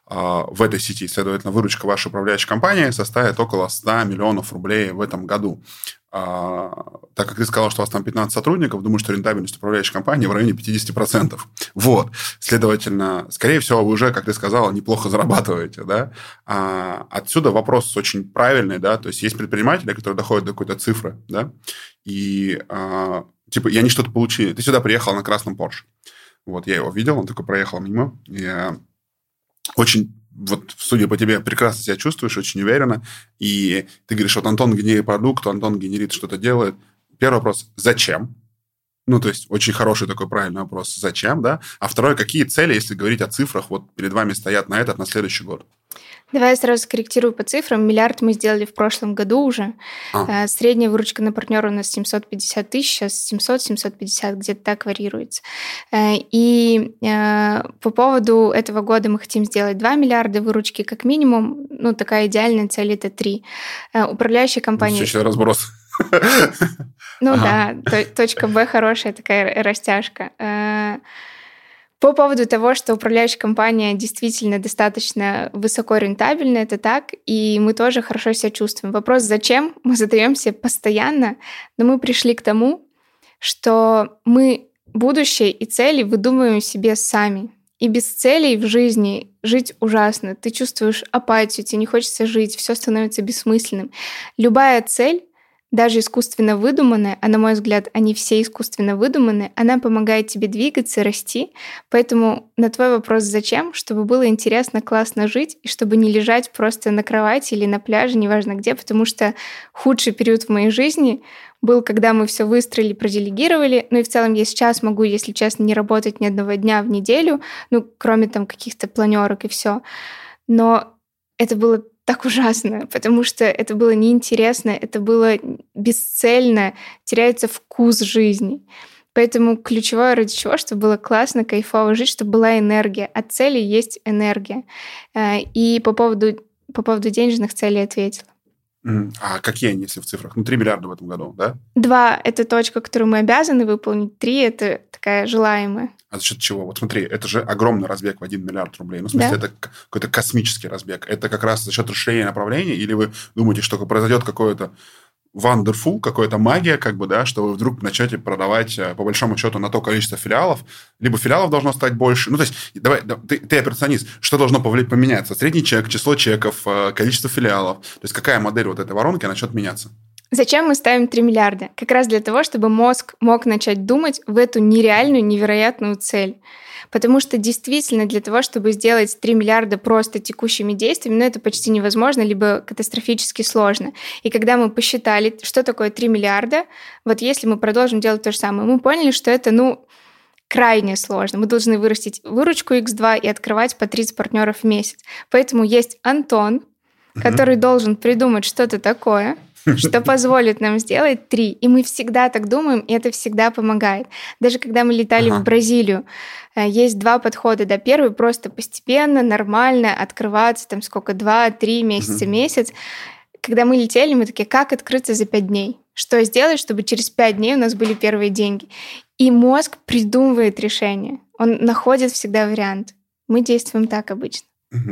В этой сети, следовательно, выручка вашей управляющей компании составит около 100 миллионов рублей в этом году. Так как ты сказал, что у вас там 15 сотрудников, думаю, что рентабельность управляющей компании в районе 50%. Вот. Следовательно, скорее всего, вы уже, как ты сказал, неплохо зарабатываете. Да? Отсюда вопрос очень правильный. Да? То есть, есть предприниматели, которые доходят до какой-то цифры, да? И типа, и они что-то получили. Ты сюда приехал на красном Порше. Вот, я его видел, он такой проехал мимо. Я очень, вот, судя по тебе, прекрасно себя чувствуешь, очень уверенно. И ты говоришь, вот Антон генерит продукт, Антон генерит, что-то делает. Первый вопрос, зачем? Ну, то есть, очень хороший такой правильный вопрос, зачем, да? А второй, какие цели, если говорить о цифрах, вот перед вами стоят на следующий год? Давай я сразу скорректирую по цифрам. 1 миллиард мы сделали в прошлом году уже. Средняя выручка на партнера у нас 750 тысяч, сейчас 700-750, где-то так варьируется. И по поводу этого года мы хотим сделать 2 миллиарда выручки как минимум. Ну, такая идеальная цель – это 3. Управляющая компания... Еще разброс. Ну да, точка Б хорошая такая растяжка. По поводу того, что управляющая компания действительно достаточно высоко рентабельна, это так, и мы тоже хорошо себя чувствуем. Вопрос, зачем, мы задаем себе постоянно, но мы пришли к тому, что мы будущее и цели выдумываем себе сами. И без целей в жизни жить ужасно. Ты чувствуешь апатию, тебе не хочется жить, все становится бессмысленным. Любая цель, даже искусственно выдуманная, а на мой взгляд, они все искусственно выдуманы, она помогает тебе двигаться, расти. Поэтому на твой вопрос «зачем?», чтобы было интересно, классно жить, и чтобы не лежать просто на кровати или на пляже, неважно где, потому что худший период в моей жизни был, когда мы все выстроили, проделегировали. Ну и в целом я сейчас могу, если честно, не работать ни одного дня в неделю, ну, кроме там каких-то планерок и все. Но это было так ужасно, потому что это было неинтересно, это было бесцельно, теряется вкус жизни. Поэтому ключевое ради чего, чтобы было классно, кайфово жить, чтобы была энергия. От цели есть энергия. И по поводу денежных целей ответила. А какие они, если в цифрах? 3 миллиарда в этом году, да? 2 – это точка, которую мы обязаны выполнить. 3 – это такая желаемая. А за счет чего? Вот смотри, это же огромный разбег в 1 миллиард рублей. Ну, в смысле, это какой-то космический разбег. Это как раз за счет расширения направлений? Или вы думаете, что произойдет какое-то wonderful, какая-то магия, как бы, да, что вы вдруг начнете продавать, по большому счету, на то количество филиалов, либо филиалов должно стать больше. Ну, то есть, давай, ты операционист, что должно поменяться? Средний чек, число чеков, количество филиалов. То есть, какая модель вот этой воронки начнет меняться? Зачем мы ставим 3 миллиарда? Как раз для того, чтобы мозг мог начать думать в эту нереальную, невероятную цель. Потому что действительно для того, чтобы сделать 3 миллиарда просто текущими действиями, это почти невозможно, либо катастрофически сложно. И когда мы посчитали, что такое 3 миллиарда, вот если мы продолжим делать то же самое, мы поняли, что это, крайне сложно. Мы должны вырастить выручку X2 и открывать по 30 партнеров в месяц. Поэтому есть Антон, который должен придумать что-то такое, что позволит нам сделать 3. И мы всегда так думаем, и это всегда помогает. Даже когда мы летали в Бразилию, есть 2 подхода. Да, первый просто постепенно, нормально открываться, 2-3 месяца, месяц. Когда мы летели, мы такие, как открыться за 5 дней? Что сделать, чтобы через 5 дней у нас были первые деньги? И мозг придумывает решение. Он находит всегда вариант. Мы действуем так обычно.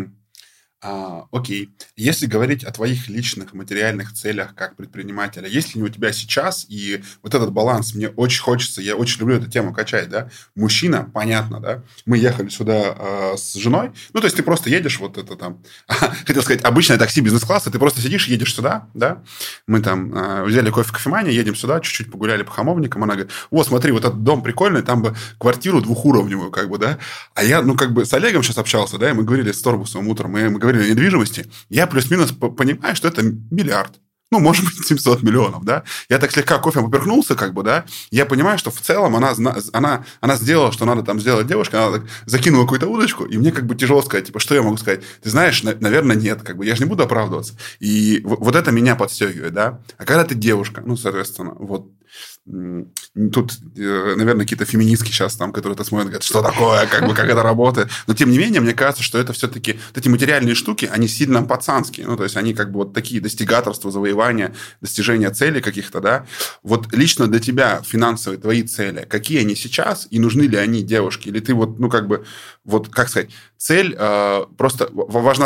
Окей. Если говорить о твоих личных материальных целях как предпринимателя, есть ли у тебя сейчас, и вот этот баланс мне очень хочется, я очень люблю эту тему качать, да? Мужчина, понятно, да? Мы ехали сюда с женой, то есть ты просто едешь, вот это там, хотел сказать, обычное такси бизнес-класса, ты просто сидишь, едешь сюда, да? Мы там взяли кофе в кофемании, едем сюда, чуть-чуть погуляли по Хамовникам, она говорит, смотри, вот этот дом прикольный, там бы квартиру 2-уровневую, да? А я, с Олегом сейчас общался, да, и мы говорили с Торбусом утром, мы говорили о недвижимости, я плюс-минус понимаю, что это миллиард. Может быть, 700 миллионов, да? Я так слегка кофем поперхнулся, да? Я понимаю, что в целом она сделала, что надо там сделать девушка, она так закинула какую-то удочку, и мне тяжело сказать, что я могу сказать? Ты знаешь, наверное, нет, я же не буду оправдываться. И вот это меня подстегивает, да? А когда ты девушка, соответственно, тут, наверное, какие-то феминистки сейчас там, которые это смотрят, говорят, что такое, как это работает. Но, тем не менее, мне кажется, что это все-таки вот эти материальные штуки, они сильно пацанские. То есть, они вот такие достигаторства, завоевания, достижения целей каких-то, да. Вот лично для тебя финансовые твои цели, какие они сейчас и нужны ли они девушке? Или ты как сказать, цель, просто важна цель,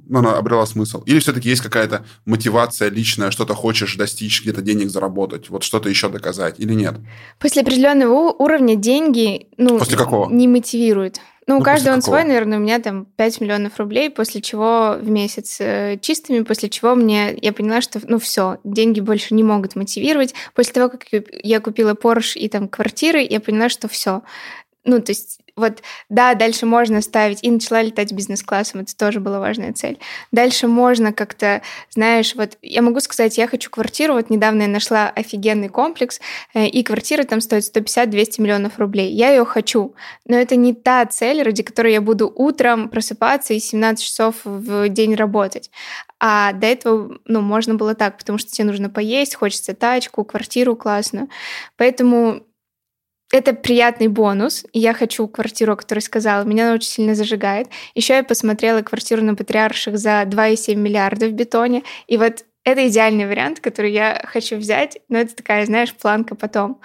она обрела смысл? Или все-таки есть какая-то мотивация личная, что-то хочешь достичь, где-то денег заработать, вот что-то еще доказать, или нет? После определенного уровня деньги, После какого? не мотивируют. У каждого он какого? свой, наверное, у меня там 5 миллионов рублей, после чего в месяц чистыми, после чего я поняла, что, все, деньги больше не могут мотивировать. После того, как я купила Porsche и там квартиры, я поняла, что все. То есть дальше можно ставить, и начала летать бизнес-классом, это тоже была важная цель. Дальше можно как-то, знаешь, я могу сказать, я хочу квартиру, недавно я нашла офигенный комплекс, и квартира там стоит 150-200 миллионов рублей. Я ее хочу, но это не та цель, ради которой я буду утром просыпаться и 17 часов в день работать. А до этого, можно было так, потому что тебе нужно поесть, хочется тачку, квартиру классную. Поэтому это приятный бонус, и я хочу квартиру, о которой сказала, меня она очень сильно зажигает. Еще я посмотрела квартиру на Патриарших за 2,7 миллиарда в бетоне, и это идеальный вариант, который я хочу взять, но это такая, знаешь, планка потом.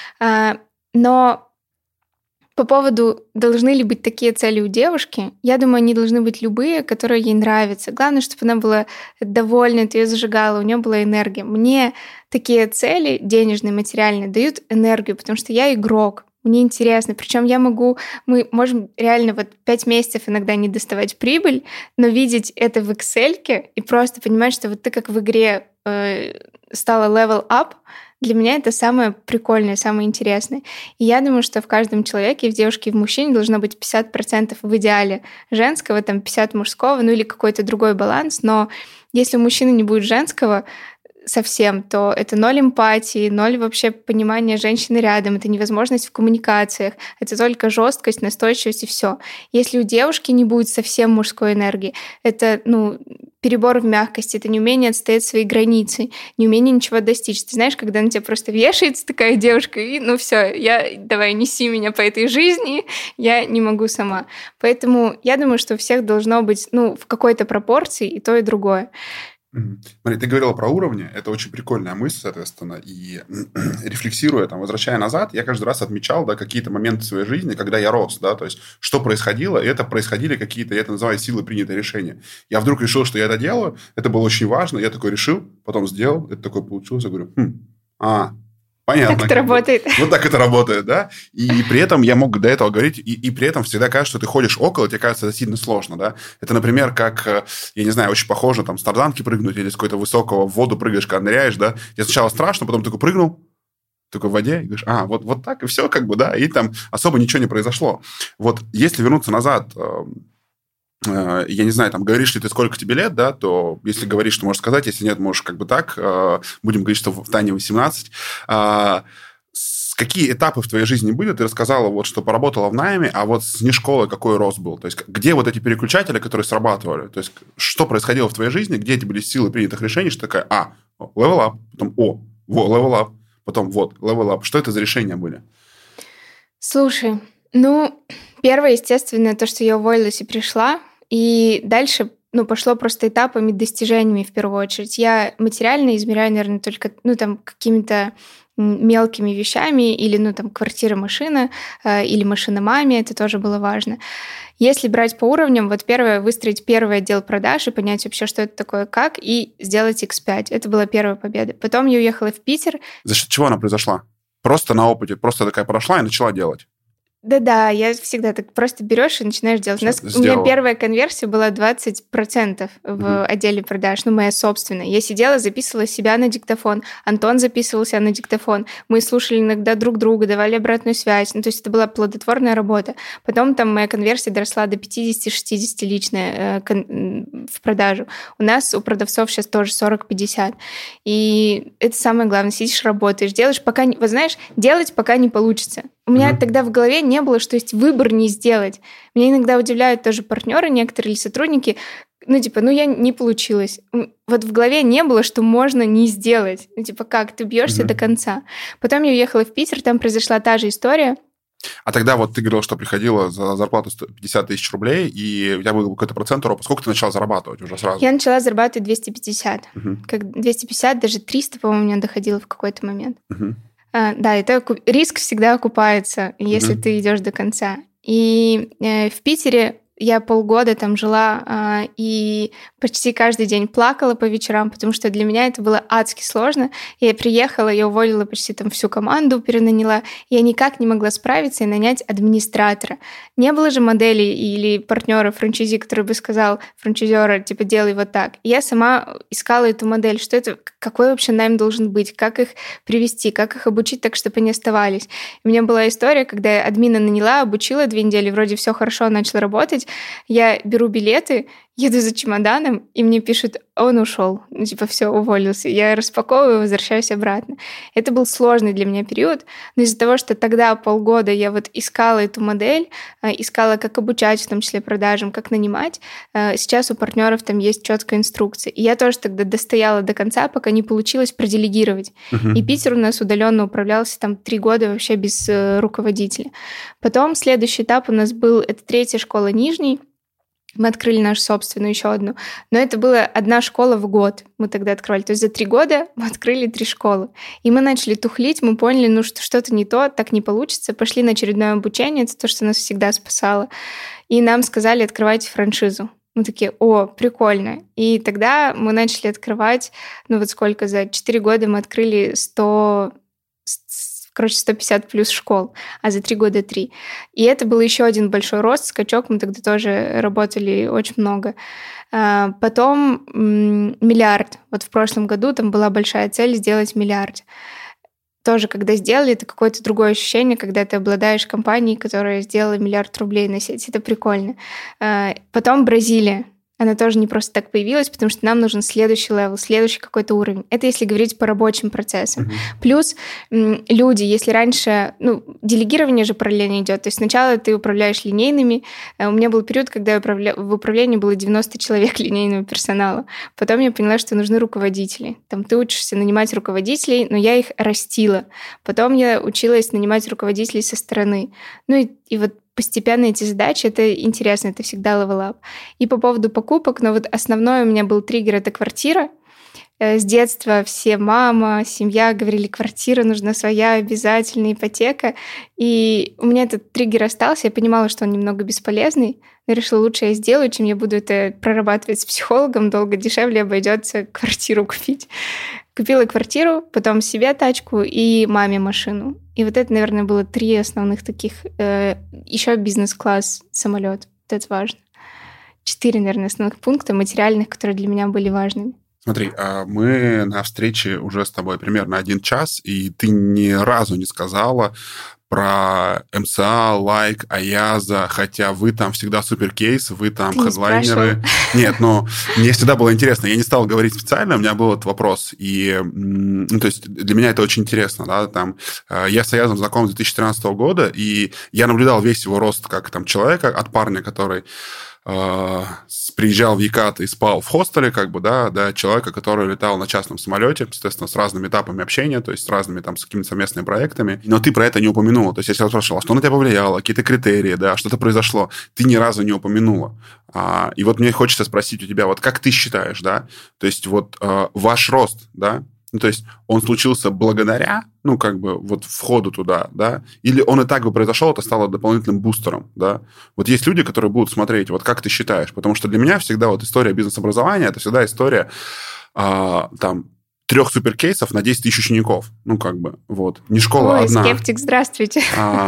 Но по поводу, должны ли быть такие цели у девушки, я думаю, они должны быть любые, которые ей нравятся. Главное, чтобы она была довольна, ты ее зажигала, у нее была энергия. Мне такие цели, денежные, материальные, дают энергию, потому что я игрок, мне интересно. Причем мы можем реально 5 месяцев иногда не доставать прибыль, но видеть это в Excel и просто понимать, что ты как в игре стала level up, для меня это самое прикольное, самое интересное. И я думаю, что в каждом человеке, в девушке и в мужчине должно быть 50% в идеале женского, 50% мужского, или какой-то другой баланс. Но если у мужчины не будет женского совсем, то это 0 эмпатии, 0 вообще понимания женщины рядом, это невозможность в коммуникациях, это только жесткость, настойчивость и все. Если у девушки не будет совсем мужской энергии, это, перебор в мягкости, это неумение отстоять свои границы, неумение ничего достичь. Ты знаешь, когда на тебя просто вешается такая девушка, и все, давай неси меня по этой жизни, я не могу сама. Поэтому я думаю, что у всех должно быть, в какой-то пропорции и то, и другое. Смотри, ты говорила про уровни, это очень прикольная мысль, соответственно, и рефлексируя, возвращая назад, я каждый раз отмечал, какие-то моменты в своей жизни, когда я рос, то есть что происходило, и это происходили какие-то, я это называю силы принятые решения. Я вдруг решил, что я это делаю, это было очень важно, я такой решил, потом сделал, это такое получилось, я говорю, понятно. Так это работает. Вот так это работает, да? И при этом я мог до этого говорить, и при этом всегда кажется, что ты ходишь около, тебе кажется, это сильно сложно, да? Это, например, как, я не знаю, очень похоже, с тарзанки прыгнуть или с какой-то высокого в воду прыгаешь, когда ныряешь, да? Тебе сначала страшно, потом такой прыгнул, такой в воде, и говоришь, вот так, и все, да? И там особо ничего не произошло. Если вернуться назад, я не знаю, говоришь ли ты, сколько тебе лет, да, то если говоришь, то можешь сказать, если нет, можешь так, будем говорить, что в Тане 18. Какие этапы в твоей жизни были? Ты рассказала, что поработала в найме, а с не школы какой рост был? То есть где эти переключатели, которые срабатывали? То есть что происходило в твоей жизни, где эти были силы принятых решений, что такая, level up, потом level up, потом level up. Что это за решения были? Слушай, первое, естественно, то, что я уволилась и пришла, и дальше, пошло просто этапами, достижениями в первую очередь. Я материально измеряю, наверное, только, какими-то мелкими вещами, или, квартира, машина, или машина маме, это тоже было важно. Если брать по уровням, первое, выстроить первый отдел продаж и понять вообще, что это такое, как, и сделать X5. Это была первая победа. Потом я уехала в Питер. За счет чего она произошла? Просто на опыте, просто такая прошла и начала делать? Да, я всегда так просто берешь и начинаешь делать. У меня первая конверсия была 20% в отделе продаж, моя собственная. Я сидела, записывала себя на диктофон, Антон записывал себя на диктофон, мы слушали иногда друг друга, давали обратную связь. То есть это была плодотворная работа. Потом моя конверсия доросла до 50-60 личная в продажу. У продавцов сейчас тоже 40-50. И это самое главное. Сидишь, работаешь, делаешь, пока... делать пока не получится. У меня тогда в голове не было, что есть выбор не сделать. Меня иногда удивляют тоже партнеры некоторые или сотрудники. Я не получилось. В голове не было, что можно не сделать. Как? Ты бьешься до конца. Потом я уехала в Питер, там произошла та же история. А тогда ты говорила, что приходила за зарплату 50 тысяч рублей, и у тебя был какой-то процент роста. Сколько ты начала зарабатывать уже сразу? Я начала зарабатывать 250. 250, даже 300, по-моему, у меня доходило в какой-то момент. Да, это риск всегда окупается, если ты идешь до конца. И в Питере Я полгода там жила и почти каждый день плакала по вечерам, потому что для меня это было адски сложно. Я приехала, я уволила почти там всю команду, перенаняла. Я никак не могла справиться и нанять администратора. Не было же модели или партнера франчайзи, который бы сказал франчайзера, типа, делай вот так. И я сама искала эту модель, что это, какой вообще найм должен быть, как их привести, как их обучить так, чтобы они оставались. У меня была история, когда я админа наняла, обучила 2 недели, вроде все хорошо, начал работать. Я беру билеты, еду за чемоданом, и мне пишут, он ушел. Ну, типа, все, уволился. Я распаковываю, возвращаюсь обратно. Это был сложный для меня период, но из-за того, что тогда полгода я вот искала эту модель, искала, как обучать, в том числе продажам, как нанимать, сейчас у партнеров там есть четкая инструкция. И я тоже тогда достояла до конца, пока не получилось проделегировать. И Питер у нас удаленно управлялся там 3 года вообще без руководителя. Потом следующий этап у нас был, это 3-я школа Нижний. Мы открыли нашу собственную еще одну. Но это была 1 школа в год. Мы тогда открывали. То есть за 3 года мы открыли 3 школы. И мы начали тухлить, мы поняли, ну, что что-то не то, так не получится. Пошли на очередное обучение, это то, что нас всегда спасало. И нам сказали, открывайте франшизу. Мы такие, о, прикольно. И тогда мы начали открывать, ну вот сколько, за 4 года мы открыли 150 плюс школ, а за 3 года 3. И это был еще один большой рост, скачок, мы тогда тоже работали очень много. Потом 1 миллиард. Вот в прошлом году там была большая цель сделать 1 миллиард. Тоже, когда сделали, это какое-то другое ощущение, когда ты обладаешь компанией, которая сделала 1 миллиард рублей на сеть. Это прикольно. Потом Бразилия. Она тоже не просто так появилась, потому что нам нужен следующий левел, следующий какой-то уровень. Это если говорить по рабочим процессам. Плюс люди, если раньше... Ну, делегирование же параллельно идет. То есть сначала ты управляешь линейными. У меня был период, когда в управлении было 90 человек линейного персонала. Потом я поняла, что нужны руководители. Там ты учишься нанимать руководителей, но я их растила. Потом я училась нанимать руководителей со стороны. Ну и вот постепенно эти задачи, это интересно, это всегда level up. И по поводу покупок, но вот основной у меня был триггер — это квартира. С детства все, мама, семья говорили, квартира нужна своя, обязательно, ипотека. И у меня этот триггер остался, я понимала, что он немного бесполезный, но решила, лучше я сделаю, чем я буду это прорабатывать с психологом, долго дешевле обойдется квартиру купить. Купила квартиру, потом себе тачку и маме машину. И вот это, наверное, было 3 основных таких. Еще бизнес-класс, самолет. Вот это важно. 4, наверное, основных пункта материальных, которые для меня были важными. Смотри, мы на встрече уже с тобой примерно 1 час, и ты ни разу не сказала про МСА, Лайк, Аяза, хотя вы там всегда суперкейс, вы там ты хедлайнеры. Нет, но мне всегда было интересно. Я не стал говорить специально, у меня был этот вопрос. И, ну, то есть для меня это очень интересно. Да? Там, я с Аязом знаком с 2013 года, и я наблюдал весь его рост как там, человека, от парня, который приезжал в Екат и спал в хостеле, как бы, да, до человека, который летал на частном самолете, соответственно, с разными этапами общения, то есть с разными там, с какими-то совместными проектами. Но ты про это не упомянула. То есть я тебя спрашивал, что на тебя повлияло, какие-то критерии, да, что-то произошло. Ты ни разу не упомянула. И вот мне хочется спросить у тебя, вот как ты считаешь, да, то есть вот ваш рост, да, ну, то есть он случился благодаря, ну, как бы, вот входу туда, да, или он и так бы произошел, это стало дополнительным бустером, да. Вот есть люди, которые будут смотреть, вот как ты считаешь, потому что для меня всегда вот история бизнес-образования, это всегда история, там, 3 суперкейсов на 10 тысяч учеников. Ну, как бы, вот. Не школа одна. Ой, скептик, здравствуйте.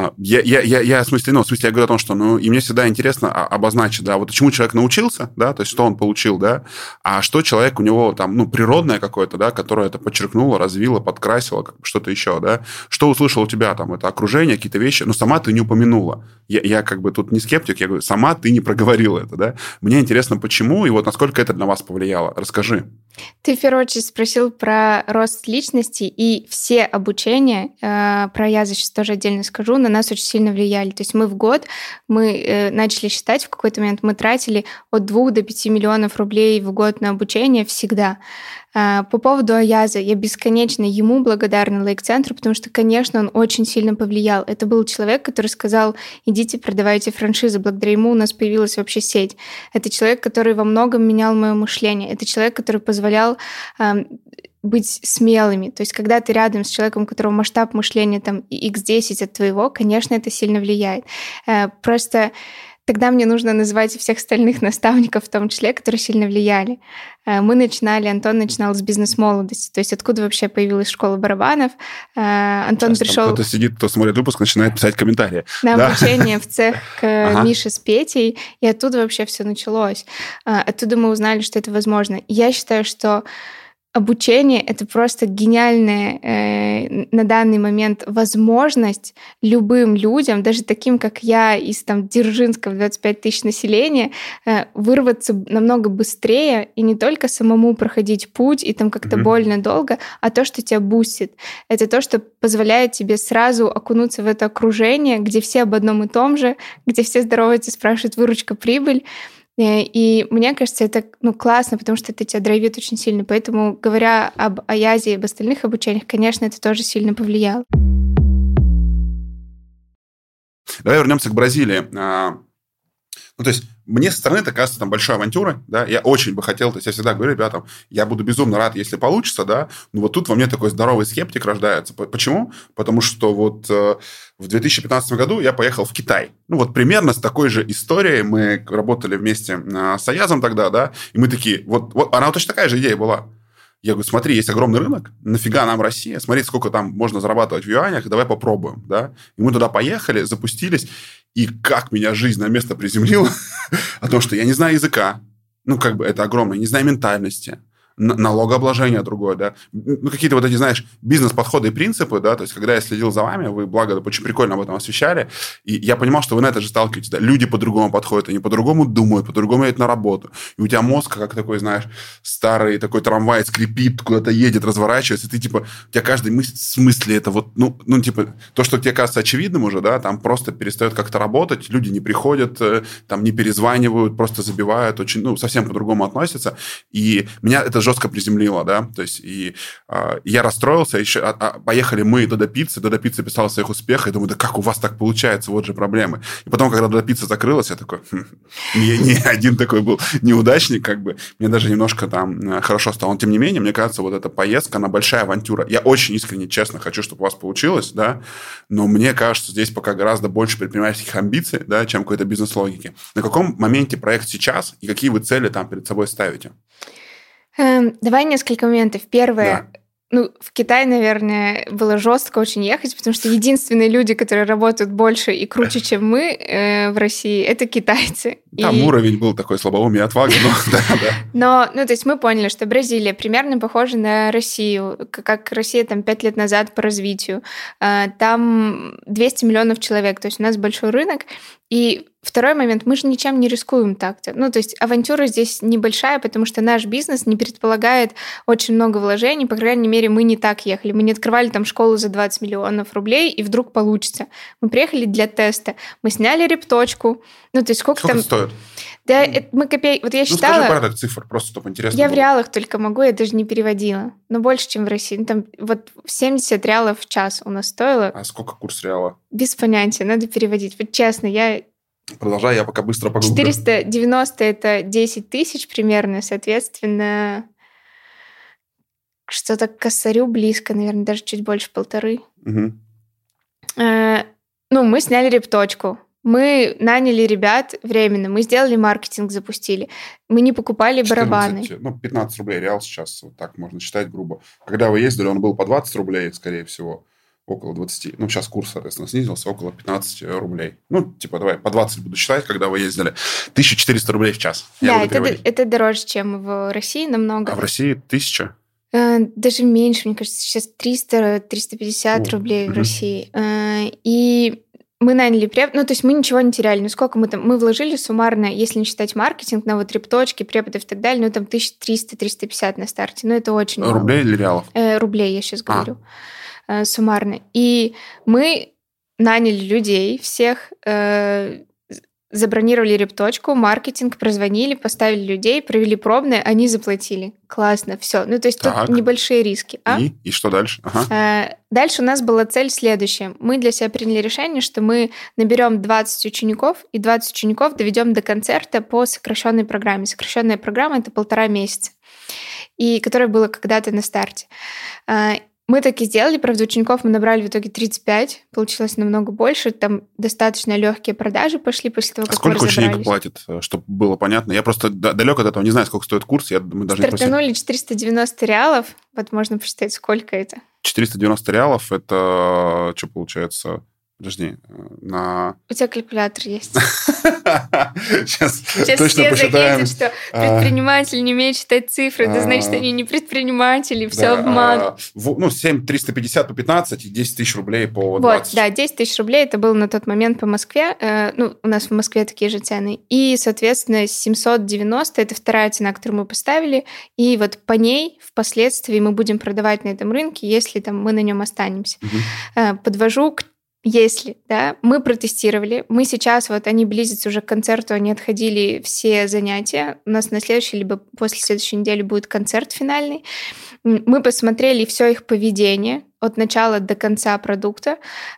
В смысле, я говорю о том, что, ну, и мне всегда интересно обозначить, да, вот чему человек научился, да, то есть что он получил, да, а что человек у него там, ну, природное какое-то, да, которое это подчеркнуло, развило, подкрасило, как бы что-то еще, да. Что услышал у тебя там, это окружение, какие-то вещи, но сама ты не упомянула. Я как бы тут не скептик, я говорю, сама ты не проговорила это, да. Мне интересно, почему, и вот насколько это на вас повлияло. Расскажи. Ты, в первую очередь, спросил про рост личности, и все обучения, про Аяза сейчас тоже отдельно скажу, на нас очень сильно влияли. То есть мы в год, мы начали считать, в какой-то момент мы тратили от 2 до 5 миллионов рублей в год на обучение всегда. По поводу Аяза, я бесконечно ему благодарна, Лайк-центру, потому что, конечно, он очень сильно повлиял. Это был человек, который сказал, идите, продавайте франшизы. Благодаря ему у нас появилась вообще сеть. Это человек, который во многом менял мое мышление. Это человек, который позволял быть смелыми. То есть, когда ты рядом с человеком, у которого масштаб мышления там x10 от твоего, конечно, это сильно влияет. Просто Тогда мне нужно назвать всех остальных наставников, в том числе, которые сильно влияли. Антон начинал с бизнес-молодости. То есть откуда вообще появилась школа барабанов. Антон Сейчас пришел... Кто-то сидит, кто смотрит выпуск, начинает писать комментарии. На обучение в цех к Мише с Петей, и оттуда вообще все началось. Оттуда мы узнали, что это возможно. Я считаю, что обучение — это просто гениальная на данный момент возможность любым людям, даже таким, как я, из Дзержинска в 25 тысяч населения, вырваться намного быстрее и не только самому проходить путь и как-то больно долго, а то, что тебя бустит. Это то, что позволяет тебе сразу окунуться в это окружение, где все об одном и том же, где все здороваются, спрашивают выручка, прибыль. И мне кажется, это классно, потому что это тебя драйвит очень сильно. Поэтому, говоря об Аязе и об остальных обучениях, конечно, это тоже сильно повлияло. Давай вернемся к Бразилии. То есть мне со стороны это кажется там большой авантюрой, да, я очень бы хотел, то есть я всегда говорю ребятам, я буду безумно рад, если получится, да, но вот тут во мне такой здоровый скептик рождается. Почему? Потому что вот в 2015 году я поехал в Китай. Примерно с такой же историей мы работали вместе с Аязом тогда, да, и мы такие, вот она точно такая же идея была. Я говорю, смотри, есть огромный рынок, нафига нам Россия? Смотри, сколько там можно зарабатывать в юанях, давай попробуем, да. И мы туда поехали, запустились, и как меня жизнь на место приземлила, о том, что я не знаю языка, это огромное, не знаю ментальности, налогообложение другое, да, какие-то вот эти, знаешь, бизнес-подходы и принципы, да, то есть, когда я следил за вами, вы, благо, очень прикольно об этом освещали, и я понимал, что вы на это же сталкиваетесь, да, люди по-другому подходят, они по-другому думают, по-другому едут на работу, и у тебя мозг, как такой, знаешь, старый такой трамвай скрипит, куда-то едет, разворачивается, и ты, у тебя каждый мысль, в смысле это то, что тебе кажется очевидным уже, да, там просто перестает как-то работать, люди не приходят, там не перезванивают, просто забивают, очень, совсем по-другому относятся, и меня это жестко приземлило, да, то есть и я расстроился, еще поехали мы Додо Пицца писал о своих успехах, и думаю, да как у вас так получается, вот же проблемы. И потом, когда Додо Пицца закрылась, я такой, не один такой был неудачник, мне даже немножко там хорошо стало. Но, тем не менее, мне кажется, вот эта поездка, она большая авантюра. Я очень искренне, честно хочу, чтобы у вас получилось, да, но мне кажется, здесь пока гораздо больше предпринимательских амбиций, да, чем какой-то бизнес-логики. На каком моменте проект сейчас и какие вы цели там перед собой ставите? Давай несколько моментов. Первое. Да. В Китай, наверное, было жестко очень ехать, потому что единственные люди, которые работают больше и круче, чем мы в России, это китайцы. Там уровень был такой слабоумие и отвага, но то есть мы поняли, что Бразилия примерно похожа на Россию, как Россия 5 лет назад по развитию. Там 200 миллионов человек, то есть у нас большой рынок. И второй момент, мы же ничем не рискуем так-то. То есть авантюра здесь небольшая, потому что наш бизнес не предполагает очень много вложений, по крайней мере, мы не так ехали. Мы не открывали там школу за 20 миллионов рублей, и вдруг получится. Мы приехали для теста, мы сняли репточку. То есть сколько там... стоит? Да, мы Вот я считала... скажи порядок цифр, просто чтобы интересно Я было. в реалах только могу, я даже не переводила. Но больше, чем в России. Там 70 реалов в час у нас стоило. А сколько курс реала? Без понятия, надо переводить. Вот честно, я... Продолжай, я пока быстро погуглю. 490 – это 10 тысяч примерно, соответственно, что-то к косарю близко, наверное, даже чуть больше 1,5. Угу. Мы сняли репточку. Мы наняли ребят временно, мы сделали маркетинг, запустили. Мы не покупали 14, барабаны. 15 рублей реал сейчас, вот так можно считать грубо. Когда вы ездили, он был по 20 рублей, скорее всего, около 20. Сейчас курс, соответственно, снизился, около 15 рублей. Давай, по 20 буду считать, когда вы ездили. 1400 рублей в час. Да, это дороже, чем в России намного. А в России 1000? Даже меньше, мне кажется, сейчас 300-350 рублей в России. И... Мы наняли преподов, то есть мы ничего не теряли. Сколько мы вложили суммарно, если не считать маркетинг, на репточки, преподов и так далее, 1300-350 на старте. Это очень мало. Рублей или реалов? Рублей, я сейчас говорю. Суммарно. И мы наняли людей всех, забронировали репточку, маркетинг, прозвонили, поставили людей, провели пробные, они заплатили. Классно, все. То есть тут небольшие риски. И что дальше? Дальше у нас была цель следующая. Мы для себя приняли решение, что мы наберем 20 учеников, и 20 учеников доведем до концерта по сокращенной программе. Сокращенная программа – это 1,5 месяца, и которая была когда-то на старте. Мы так и сделали, правда, учеников мы набрали в итоге 35, получилось намного больше, там достаточно легкие продажи пошли после того, как мы разобрались. Сколько ученик платит, чтобы было понятно? Я просто далек от этого, не знаю, сколько стоит курс. Мы даже стартанули 490 реалов, вот можно посчитать, сколько это. 490 реалов, это что получается? Подожди, У тебя калькулятор есть. Сейчас точно все посчитаем. Заметят, что предприниматель не умеет считать цифры, это значит, что они не предприниматели, все обман. 7 350 по 15 и 10 тысяч рублей по 20. Вот, да, 10 тысяч рублей, это было на тот момент по Москве, у нас в Москве такие же цены. И, соответственно, 790, это вторая цена, которую мы поставили, и вот по ней впоследствии мы будем продавать на этом рынке, если там мы на нем останемся. Подвожу к Если, да, мы протестировали, мы сейчас, вот они близятся уже к концерту, они отходили все занятия, у нас на следующей, либо после следующей недели будет концерт финальный, мы посмотрели все их поведение от начала до конца продукта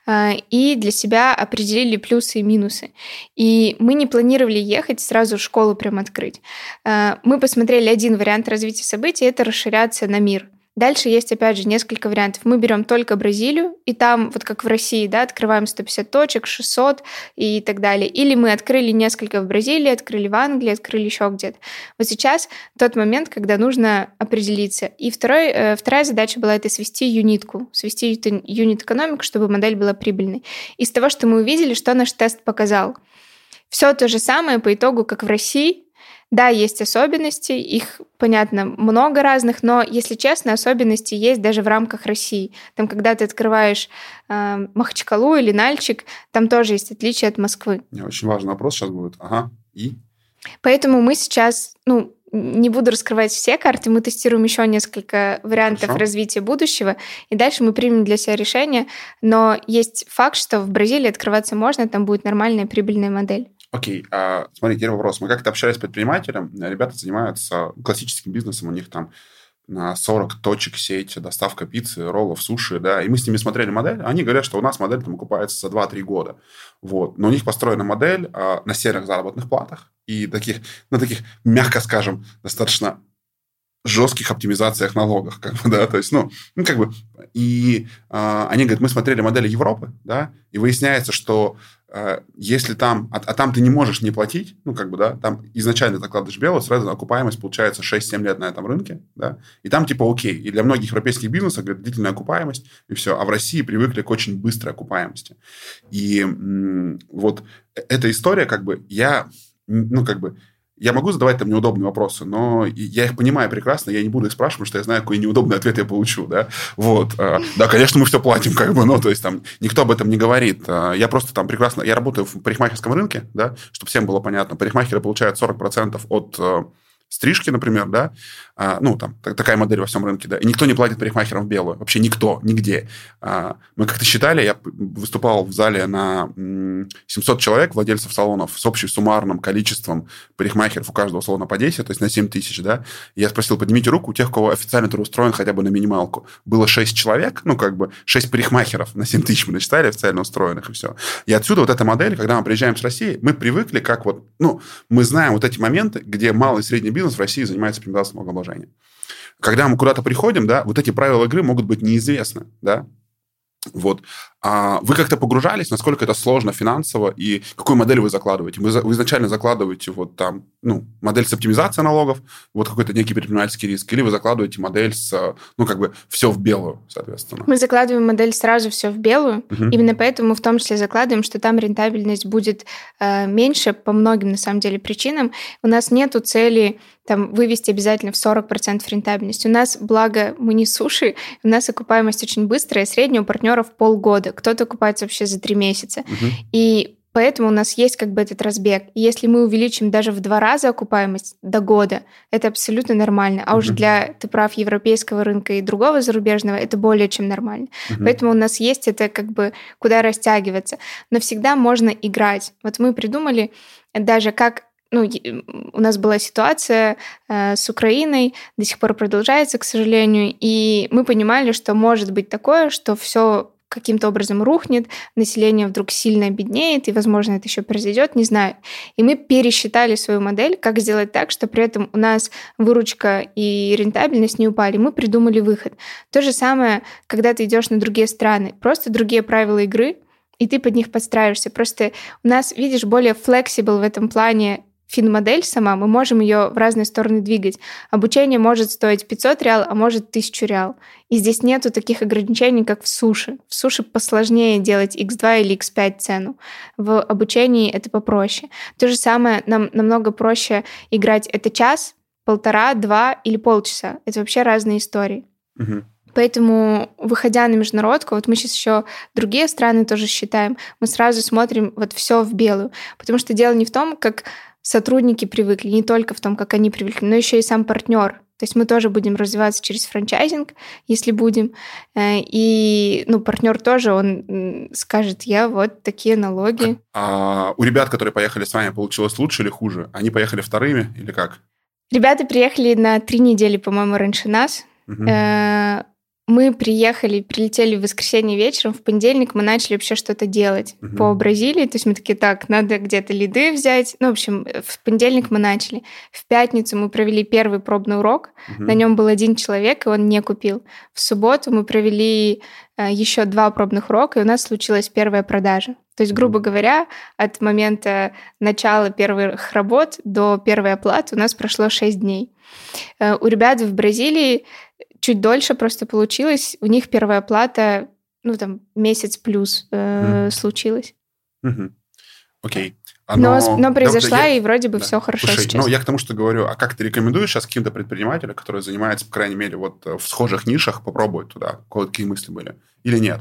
и для себя определили плюсы и минусы. И мы не планировали ехать сразу в школу прям открыть. Мы посмотрели один вариант развития событий, это расширяться на мир. Дальше есть, опять же, несколько вариантов. Мы берем только Бразилию, и там, вот как в России, да, открываем 150 точек, 600 и так далее. Или мы открыли несколько в Бразилии, открыли в Англии, открыли еще где-то. Вот сейчас тот момент, когда нужно определиться. И вторая задача была это свести юнитку, свести юнит-экономику, чтобы модель была прибыльной. Из того, что мы увидели, что наш тест показал. Все то же самое по итогу, как в России. Да, есть особенности, их, понятно, много разных, но, если честно, особенности есть даже в рамках России. Там, когда ты открываешь Махачкалу или Нальчик, там тоже есть отличия от Москвы. Очень важный вопрос сейчас будет. Ага, и? Поэтому мы сейчас, не буду раскрывать все карты, мы тестируем еще несколько вариантов развития будущего, и дальше мы примем для себя решение, но есть факт, что в Бразилии открываться можно, там будет нормальная прибыльная модель. Окей, смотри, теперь вопрос. Мы как-то общались с предпринимателем, ребята занимаются классическим бизнесом, у них там на 40 точек сеть, доставка пиццы, роллов, суши, да, и мы с ними смотрели модель, они говорят, что у нас модель там окупается за 2-3 года, вот, но у них построена модель на серых заработных платах и таких, мягко скажем, достаточно жестких оптимизациях налогов, да, то есть, и они говорят, мы смотрели модели Европы, да, и выясняется, что если там, там ты не можешь не платить, там изначально закладываешь белую, сразу окупаемость получается 6-7 лет на этом рынке, да, и там окей, и для многих европейских бизнесов, говорят, длительная окупаемость, и все, а в России привыкли к очень быстрой окупаемости. И вот эта история, я могу задавать там неудобные вопросы, но я их понимаю прекрасно, я не буду их спрашивать, потому что я знаю, какой неудобный ответ я получу, да. Вот. Да, конечно, мы все платим, то есть там никто об этом не говорит. Я просто там прекрасно... Я работаю в парикмахерском рынке, да, чтобы всем было понятно. Парикмахеры получают 40% от стрижки, например, да, такая модель во всем рынке, да, и никто не платит парикмахерам в белую, вообще никто, нигде. Мы как-то считали, я выступал в зале на 700 человек, владельцев салонов, с общим суммарным количеством парикмахеров у каждого салона по 10, то есть на 7 тысяч, да, и я спросил, поднимите руку у тех, у кого официально трудоустроен хотя бы на минималку. Было 6 человек, 6 парикмахеров на 7 тысяч мы насчитали официально устроенных, и все. И отсюда вот эта модель, когда мы приезжаем с России, мы привыкли, мы знаем вот эти моменты, где малый и средний бизнес в России занимается оптимизацией налогообложения. Когда мы куда-то приходим, да, вот эти правила игры могут быть неизвестны, да. Вот. А вы как-то погружались, насколько это сложно финансово, и какую модель вы закладываете? Вы изначально закладываете модель с оптимизацией налогов, вот какой-то некий предпринимательский риск, или вы закладываете модель с, все в белую, соответственно? Мы закладываем модель сразу все в белую, именно поэтому мы в том числе закладываем, что там рентабельность будет меньше по многим, на самом деле, причинам. У нас нету цели вывести обязательно в 40% рентабельность. У нас, благо, мы не суши, у нас окупаемость очень быстрая, средняя у партнеров полгода. Кто-то окупается вообще за 3 месяца. И поэтому у нас есть этот разбег. И если мы увеличим даже в 2 раза окупаемость до года, это абсолютно нормально. А уже для, ты прав, европейского рынка и другого зарубежного, это более чем нормально. Поэтому у нас есть это куда растягиваться. Но всегда можно играть. Вот мы придумали даже как... у нас была ситуация с Украиной, до сих пор продолжается, к сожалению, и мы понимали, что может быть такое, что все каким-то образом рухнет, население вдруг сильно обеднеет, и, возможно, это еще произойдет, не знаю. И мы пересчитали свою модель, как сделать так, что при этом у нас выручка и рентабельность не упали. Мы придумали выход. То же самое, когда ты идешь на другие страны. Просто другие правила игры, и ты под них подстраиваешься. Просто у нас, видишь, более flexible в этом плане финмодель сама, мы можем ее в разные стороны двигать. Обучение может стоить 500 реал, а может 1000 реал. И здесь нету таких ограничений, как в суши. В суши посложнее делать x2 или x5 цену. В обучении это попроще. То же самое, нам намного проще играть это час, полтора, 2 или полчаса. Это вообще разные истории. Угу. Поэтому, выходя на международку, вот мы сейчас еще другие страны тоже считаем, мы сразу смотрим вот все в белую. Потому что дело не в том, как сотрудники привыкли, не только в том, как они привыкли, но еще и сам партнер. То есть мы тоже будем развиваться через франчайзинг, если будем. И партнер тоже, он скажет, я вот такие налоги. А у ребят, которые поехали с вами, получилось лучше или хуже? Они поехали вторыми или как? Ребята приехали на 3 недели, по-моему, раньше нас. Угу. Мы прилетели в воскресенье вечером, в понедельник мы начали вообще что-то делать по Бразилии, то есть мы такие, так, надо где-то лиды взять, в общем, в понедельник мы начали. В пятницу мы провели первый пробный урок, на нем был 1 человек, и он не купил. В субботу мы провели еще 2 пробных урока, и у нас случилась первая продажа. То есть, грубо говоря, от момента начала первых работ до первой оплаты у нас прошло 6 дней. У ребят в Бразилии чуть дольше просто получилось. У них первая оплата, месяц плюс случилась. Окей. Но произошла, и вроде бы все хорошо. Слушай, сейчас. Я к тому, что говорю, а как ты рекомендуешь сейчас каким-то предпринимателям, которые занимаются, по крайней мере, вот в схожих нишах, попробовать туда? Какие мысли были? Или нет?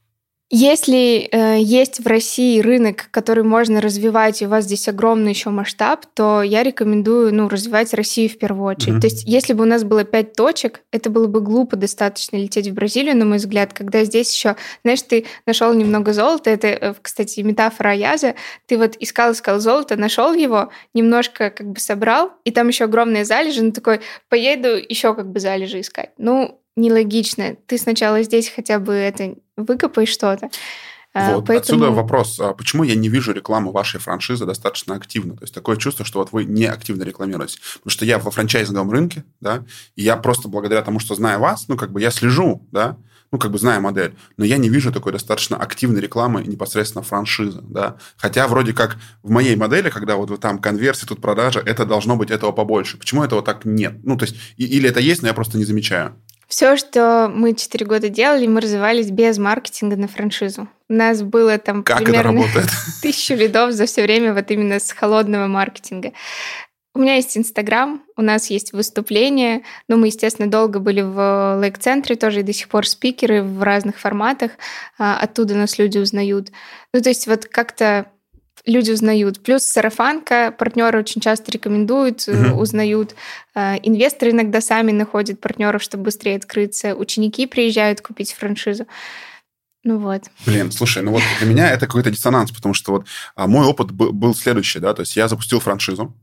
Если есть в России рынок, который можно развивать, и у вас здесь огромный еще масштаб, то я рекомендую развивать Россию в первую очередь. То есть если бы у нас было 5 точек, это было бы глупо достаточно лететь в Бразилию, на мой взгляд, когда здесь еще, знаешь, ты нашел немного золота, это, кстати, метафора Аяза, ты вот искал золото, нашел его, немножко как бы собрал, и там еще огромные залежи, такой, поеду еще как бы залежи искать. Нелогично. Ты сначала здесь хотя бы это выкопай что-то. Вот. Поэтому... Отсюда вопрос, почему я не вижу рекламу вашей франшизы достаточно активно? То есть такое чувство, что вот вы не активно рекламируете. Потому что я во франчайзинговом рынке, да, и я просто благодаря тому, что знаю вас, я слежу, да, знаю модель, но я не вижу такой достаточно активной рекламы непосредственно франшизы, да. Хотя вроде как в моей модели, когда вот там конверсия, тут продажа, это должно быть этого побольше. Почему этого так нет? То есть, или это есть, но я просто не замечаю. Все, что мы 4 года делали, мы развивались без маркетинга на франшизу. У нас было там примерно 1000 лидов за все время вот именно с холодного маркетинга. У меня есть Инстаграм, у нас есть выступления. Мы, естественно, долго были в Лейк-центре тоже, и до сих пор спикеры в разных форматах. Оттуда нас люди узнают. То есть вот как-то люди узнают. Плюс сарафанка, партнеры очень часто рекомендуют, узнают. Инвесторы иногда сами находят партнеров, чтобы быстрее открыться. Ученики приезжают купить франшизу. Вот. Блин, слушай, для меня это какой-то диссонанс, потому что мой опыт был следующий, да, то есть я запустил франшизу,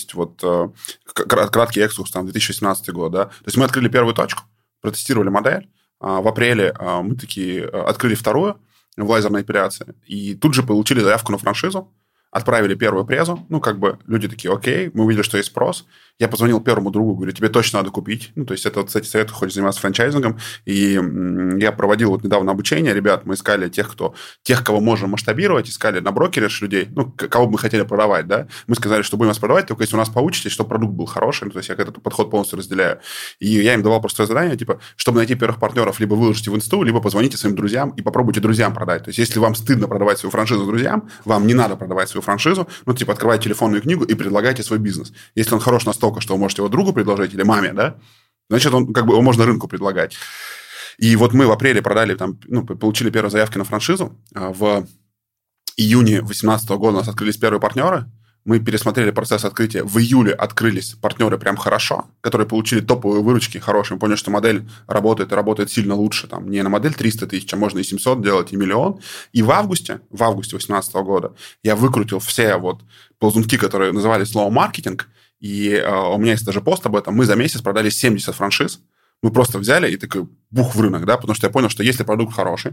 краткий экскурс, 2018 год, да, то есть мы открыли первую точку, протестировали модель, в апреле мы такие открыли вторую в лазерной эпиляции, и тут же получили заявку на франшизу, отправили первую презу, люди такие, окей, мы увидели, что есть спрос. Я позвонил первому другу, говорю, тебе точно надо купить. То есть это, кстати, совет, кто хочет заниматься франчайзингом. И я проводил недавно обучение. Ребят, мы искали тех, кого можем масштабировать, искали на брокеридж людей, кого бы мы хотели продавать, да. Мы сказали, что будем вас продавать, только если у нас получитесь, чтобы продукт был хороший. То есть я этот подход полностью разделяю. И я им давал простое задание, чтобы найти первых партнеров, либо выложите в инсту, либо позвоните своим друзьям и попробуйте друзьям продать. То есть если вам стыдно продавать свою франшизу друзьям, вам не надо продавать свою франшизу, открывайте телефонную книгу и предлагайте свой бизнес. Если он хорош настолько, что вы можете его другу предложить или маме, да, значит, он его можно рынку предлагать. И вот мы в апреле продали, получили первые заявки на франшизу. В июне 2018 года у нас открылись первые партнеры. Мы пересмотрели процесс открытия. В июле открылись партнеры прям хорошо, которые получили топовые выручки хорошие. Мы поняли, что модель работает и работает сильно лучше. Не на модель 300 тысяч, а можно и 700 делать, и миллион. И в августе 2018 года я выкрутил все ползунки, которые называли словом маркетинг. И у меня есть даже пост об этом. Мы за месяц продали 70 франшиз. Мы просто взяли и такой бух в рынок, да, потому что я понял, что если продукт хороший,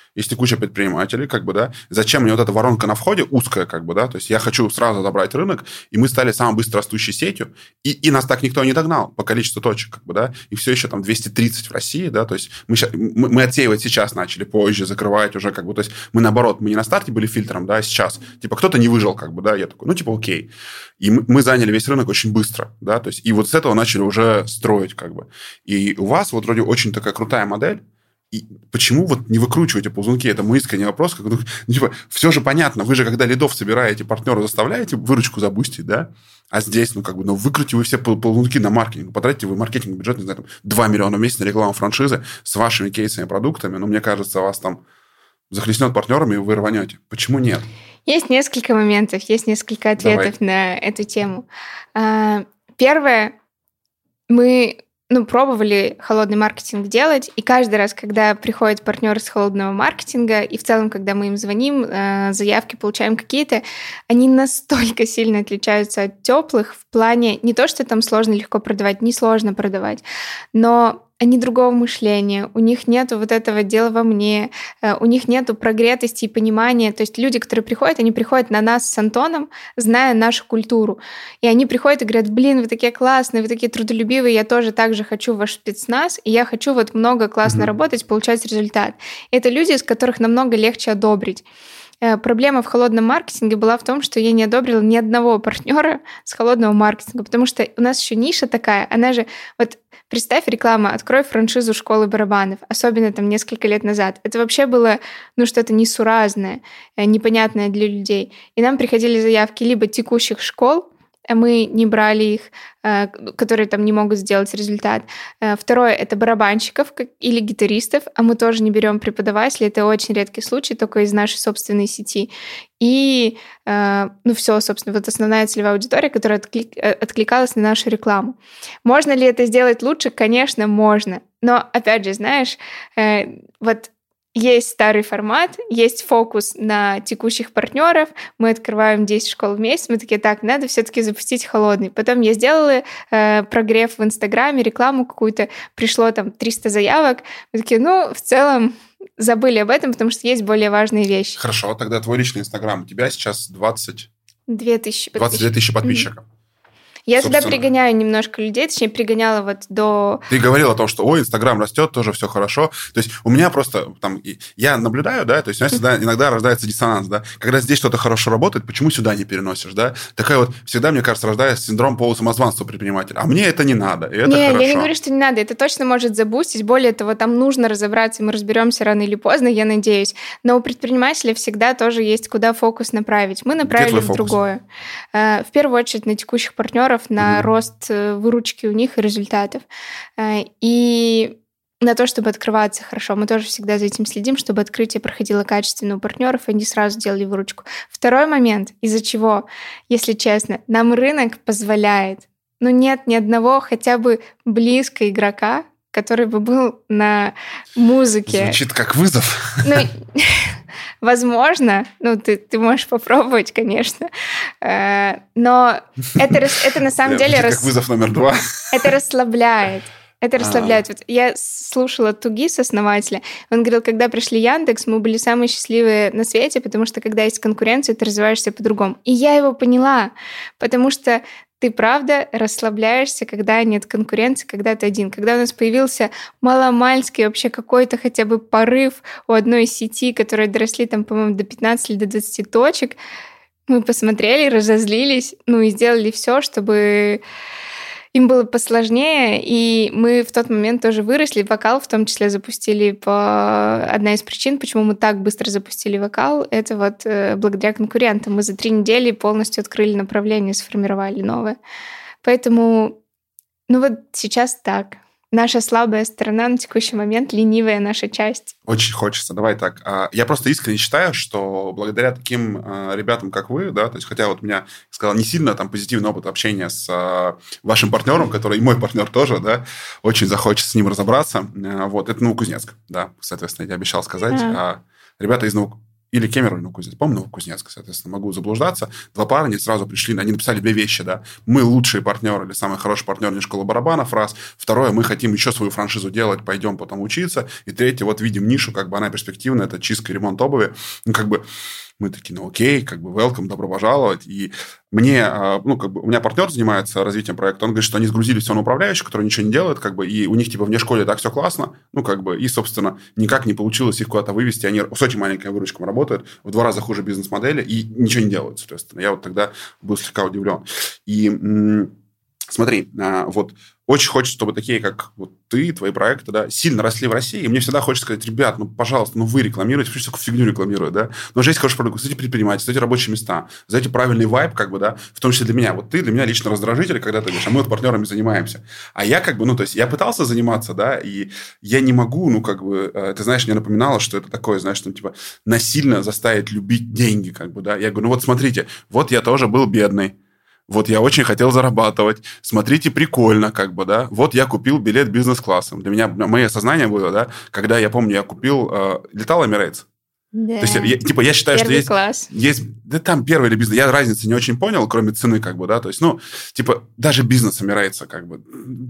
есть куча предпринимателей, как бы, да, зачем мне вот эта воронка на входе узкая, как бы, да, то есть я хочу сразу забрать рынок, и мы стали самой быстро растущей сетью, и нас так никто не догнал по количеству точек, как бы, да, и все еще там 230 в России, да, то есть мы отсеивать сейчас начали, позже закрывать уже, как бы, то есть мы наоборот, мы не на старте были фильтром, да, а сейчас, типа, кто-то не выжил, как бы, да, я такой, ну, типа, окей, и мы заняли весь рынок очень быстро, да, то есть и вот с этого начали уже строить, как бы, и у вас вот вроде очень такая крутая модель. И почему вот не выкручиваете ползунки? Это мой искренний вопрос. Ну, типа, все же понятно. Вы же, когда лидов собираете, партнера заставляете выручку забустить, да? А здесь, ну, как бы, ну, выкрутите вы все ползунки на маркетинг. Потратите вы маркетинг бюджет, не знаю, там, 2 миллиона в месяц на рекламу франшизы с вашими кейсами, продуктами. Но мне кажется, вас там захлестнет партнерами, и вы рванете. Почему нет? Есть несколько моментов, есть несколько ответов на эту тему. Первое. Мы пробовали холодный маркетинг делать, и каждый раз, когда приходят партнеры с холодного маркетинга, и в целом, когда мы им звоним, заявки получаем какие-то, они настолько сильно отличаются от теплых в плане не то, что там сложно легко продавать, не сложно продавать, но они другого мышления, у них нету вот этого дела во мне, у них нету прогретости и понимания. То есть люди, которые приходят, они приходят на нас с Антоном, зная нашу культуру. И они приходят и говорят, блин, вы такие классные, вы такие трудолюбивые, я тоже так же хочу ваш спецназ, и я хочу вот много классно работать, получать результат. Это люди, из которых намного легче одобрить. Проблема в холодном маркетинге была в том, что я не одобрила ни одного партнера с холодного маркетинга, потому что у нас еще ниша такая, она же... Вот представь, реклама «Открой франшизу школы барабанов», особенно там несколько лет назад. Это вообще было, что-то несуразное, непонятное для людей. И нам приходили заявки либо текущих школ, а мы не брали их, которые там не могут сделать результат. Второе — это барабанщиков или гитаристов, а мы тоже не берем преподавателей. Это очень редкий случай, только из нашей собственной сети. И, все, собственно, вот основная целевая аудитория, которая откликалась на нашу рекламу. Можно ли это сделать лучше? Конечно, можно. Но, опять же, знаешь, вот есть старый формат, есть фокус на текущих партнеров, мы открываем 10 школ в месяц, мы такие, так, надо все-таки запустить холодный. Потом я сделала прогрев в Инстаграме, рекламу какую-то, пришло там 300 заявок, мы такие, в целом забыли об этом, потому что есть более важные вещи. Хорошо, тогда твой личный Инстаграм, у тебя сейчас 22 тысячи подписчиков. 22 тысячи подписчиков. Я сюда пригоняю немножко людей, точнее, пригоняла вот до... Ты говорил о том, что, Инстаграм растет, тоже все хорошо. То есть у меня просто там... Я наблюдаю, да, то есть у меня всегда иногда рождается диссонанс, да. Когда здесь что-то хорошо работает, почему сюда не переносишь, да? Такая вот всегда, мне кажется, рождается синдром полусамозванства предпринимателя. А мне это не надо, и это хорошо. Я не говорю, что не надо. Это точно может забустить. Более того, там нужно разобраться, мы разберемся рано или поздно, я надеюсь. Но у предпринимателя всегда тоже есть куда фокус направить. Мы направили в другое. В первую очередь на текущих партнеров, на рост выручки у них и результатов. И на то, чтобы открываться хорошо. Мы тоже всегда за этим следим, чтобы открытие проходило качественно у партнеров, и они сразу делали выручку. Второй момент, из-за чего, если честно, нам рынок позволяет, нет ни одного хотя бы близко игрока, который бы был на музыке. Звучит как вызов. Возможно, ты можешь попробовать, конечно, но это на самом деле... Как вызов номер 2. Это расслабляет. Это расслабляет. Вот я слушала Тугис, основателя. Он говорил, когда пришли Яндекс, мы были самые счастливые на свете, потому что когда есть конкуренция, ты развиваешься по-другому. И я его поняла, потому что ты, правда, расслабляешься, когда нет конкуренции, когда ты один. Когда у нас появился маломальский вообще какой-то хотя бы порыв у одной сети, которые доросли там, по-моему, до 15 или до 20 точек, мы посмотрели, разозлились, и сделали все, чтобы им было посложнее, и мы в тот момент тоже выросли. Вокал в том числе запустили одна из причин, почему мы так быстро запустили вокал, это вот благодаря конкурентам. Мы за 3 недели полностью открыли направление, сформировали новое. Поэтому, вот сейчас так. Наша слабая сторона на текущий момент, ленивая наша часть. Очень хочется. Давай так. Я просто искренне считаю, что благодаря таким ребятам, как вы, да, то есть, хотя вот у меня, сказал, не сильно там позитивный опыт общения с вашим партнером, который и мой партнер тоже, да, очень захочется с ним разобраться. Вот, это Новокузнецк, да, соответственно, я обещал сказать. Ребята из или Кемерово, Новокузнецк. По-моему, Новокузнецк, соответственно, могу заблуждаться. 2 парня сразу пришли, они написали 2 вещи, да. Мы лучшие партнеры или самый хороший партнер не школа барабанов, раз. Второе, мы хотим еще свою франшизу делать, пойдем потом учиться. И третье, вот видим нишу, как бы она перспективная, это чистка и ремонт обуви. Ну, как бы мы такие, ну окей, как бы welcome, добро пожаловать. И мне, ну, как бы у меня партнер занимается развитием проекта, он говорит, что они сгрузили все на управляющих, которые ничего не делают, как бы, и у них, типа, вне школы так все классно, ну, как бы, и, собственно, никак не получилось их куда-то вывести, они с очень маленькой выручкой работают, в 2 раза хуже бизнес-модели, и ничего не делают, соответственно. Я вот тогда был слегка удивлен. И смотри, вот очень хочется, чтобы такие, как вот ты, твои проекты, да, сильно росли в России. И мне всегда хочется сказать, ребят, ну, пожалуйста, ну, вы рекламируете, почему такую фигню рекламируют, да? Но же есть хороший продукт, создайте предприниматель, создайте рабочие места, создайте правильный вайб, как бы, да, в том числе для меня. Вот ты для меня лично раздражитель, когда ты говоришь, а мы вот партнерами занимаемся. А я как бы, ну, то есть я пытался заниматься, да, и я не могу, ну, как бы, ты знаешь, мне напоминало, что это такое, знаешь, ну, типа, насильно заставить любить деньги, как бы, да. Я говорю, ну, вот смотрите, вот я тоже был бедный. Вот я очень хотел зарабатывать. Смотрите, прикольно, как бы, да. Вот я купил билет бизнес-классом. Для меня, мое сознание было, да, когда я помню, я купил... летал Emirates? Да. То есть, я считаю, Первый что есть... Да там первый или бизнес. Я разницы не очень понял, кроме цены, как бы, да. То есть, ну, типа, даже бизнес Emirates, как бы...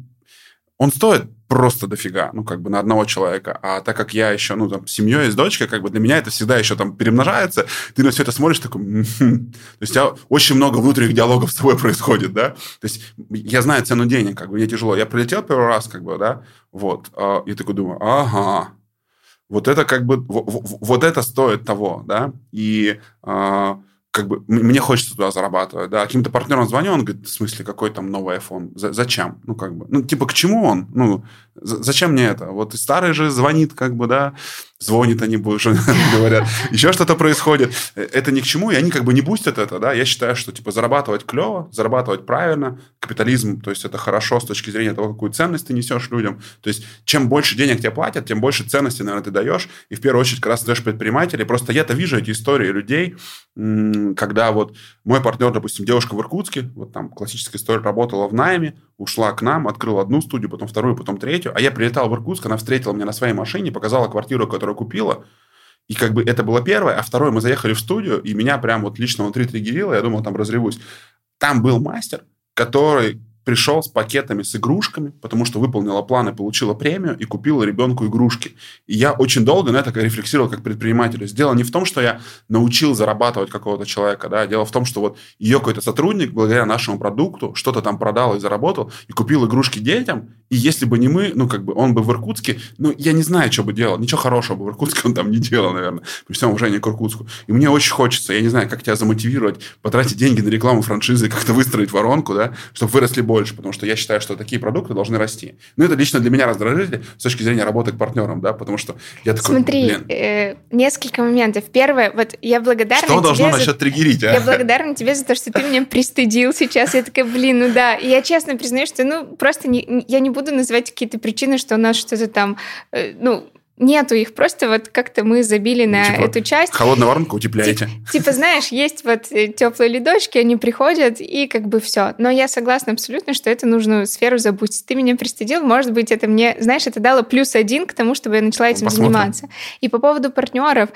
Он стоит просто дофига, ну, как бы на одного человека. А так как я еще, ну, там, с семьей, с дочкой, как бы для меня это всегда еще там перемножается, ты на все это смотришь, такой... То есть, у тебя очень много внутренних диалогов с тобой происходит, да? То есть, я знаю цену денег, как бы, мне тяжело. Я прилетел первый раз, как бы, да, вот, и такой думаю, ага, вот это как бы, вот это стоит того, да, и... как бы мне хочется туда зарабатывать, да, каким-то партнерам звоню, он говорит, в смысле, какой там новый iPhone? Зачем? Ну, как бы, ну, типа, к чему он? Ну, зачем мне это? Вот и старый же звонит, как бы, да, звонит, они больше говорят, еще что-то происходит. Это ни к чему, и они как бы не бустят это, да. Я считаю, что, типа, зарабатывать клево, зарабатывать правильно, капитализм, то есть это хорошо с точки зрения того, какую ценность ты несешь людям. То есть чем больше денег тебе платят, тем больше ценностей, наверное, ты даешь, и в первую очередь, когда создаешь предпринимателей, просто я-то вижу эти истории людей, когда вот мой партнер, допустим, девушка в Иркутске, вот там классическая история, работала в найме, ушла к нам, открыла одну студию, потом вторую, потом третью, а я прилетал в Иркутск, она встретила меня на своей машине, показала квартиру, которую купила, и как бы это было первое, а второе, мы заехали в студию, и меня прям вот лично внутри триггерило, я думал, там разревусь. Там был мастер, который пришел с пакетами с игрушками, потому что выполнила план и получила премию, и купила ребенку игрушки. И я очень долго на это рефлексировал как предприниматель. Дело не в том, что я научил зарабатывать какого-то человека, да, дело в том, что вот ее какой-то сотрудник, благодаря нашему продукту, что-то там продал и заработал, и купил игрушки детям, и если бы не мы, ну, как бы он бы в Иркутске, ну, я не знаю, что бы делал, ничего хорошего бы в Иркутске он там не делал, наверное, при всем уважении к Иркутску. И мне очень хочется, я не знаю, как тебя замотивировать, потратить деньги на рекламу франшизы, как-то выстроить воронку, да, чтобы выросли больше, потому что я считаю, что такие продукты должны расти. Ну, это лично для меня раздражитель с точки зрения работы к партнерам, да, потому что я такой, смотри, несколько моментов. Первое, вот я благодарна тебе... Что должно насчет триггерить, а? Я благодарна тебе за то, что ты меня пристыдил сейчас. Я такая, блин, ну да. И я честно признаю, что, ну, просто я не буду называть какие-то причины, что у нас что-то там, ну... Нету их, просто вот как-то мы забили на типа, эту часть. Холодная воронка утепляете. Типа, знаешь, есть вот теплые ледочки, они приходят, и как бы все. Но я согласна абсолютно, что это нужную сферу забудь. Ты меня пристыдил, может быть, это мне, знаешь, это дало +1 к тому, чтобы я начала этим заниматься. И по поводу партнеров,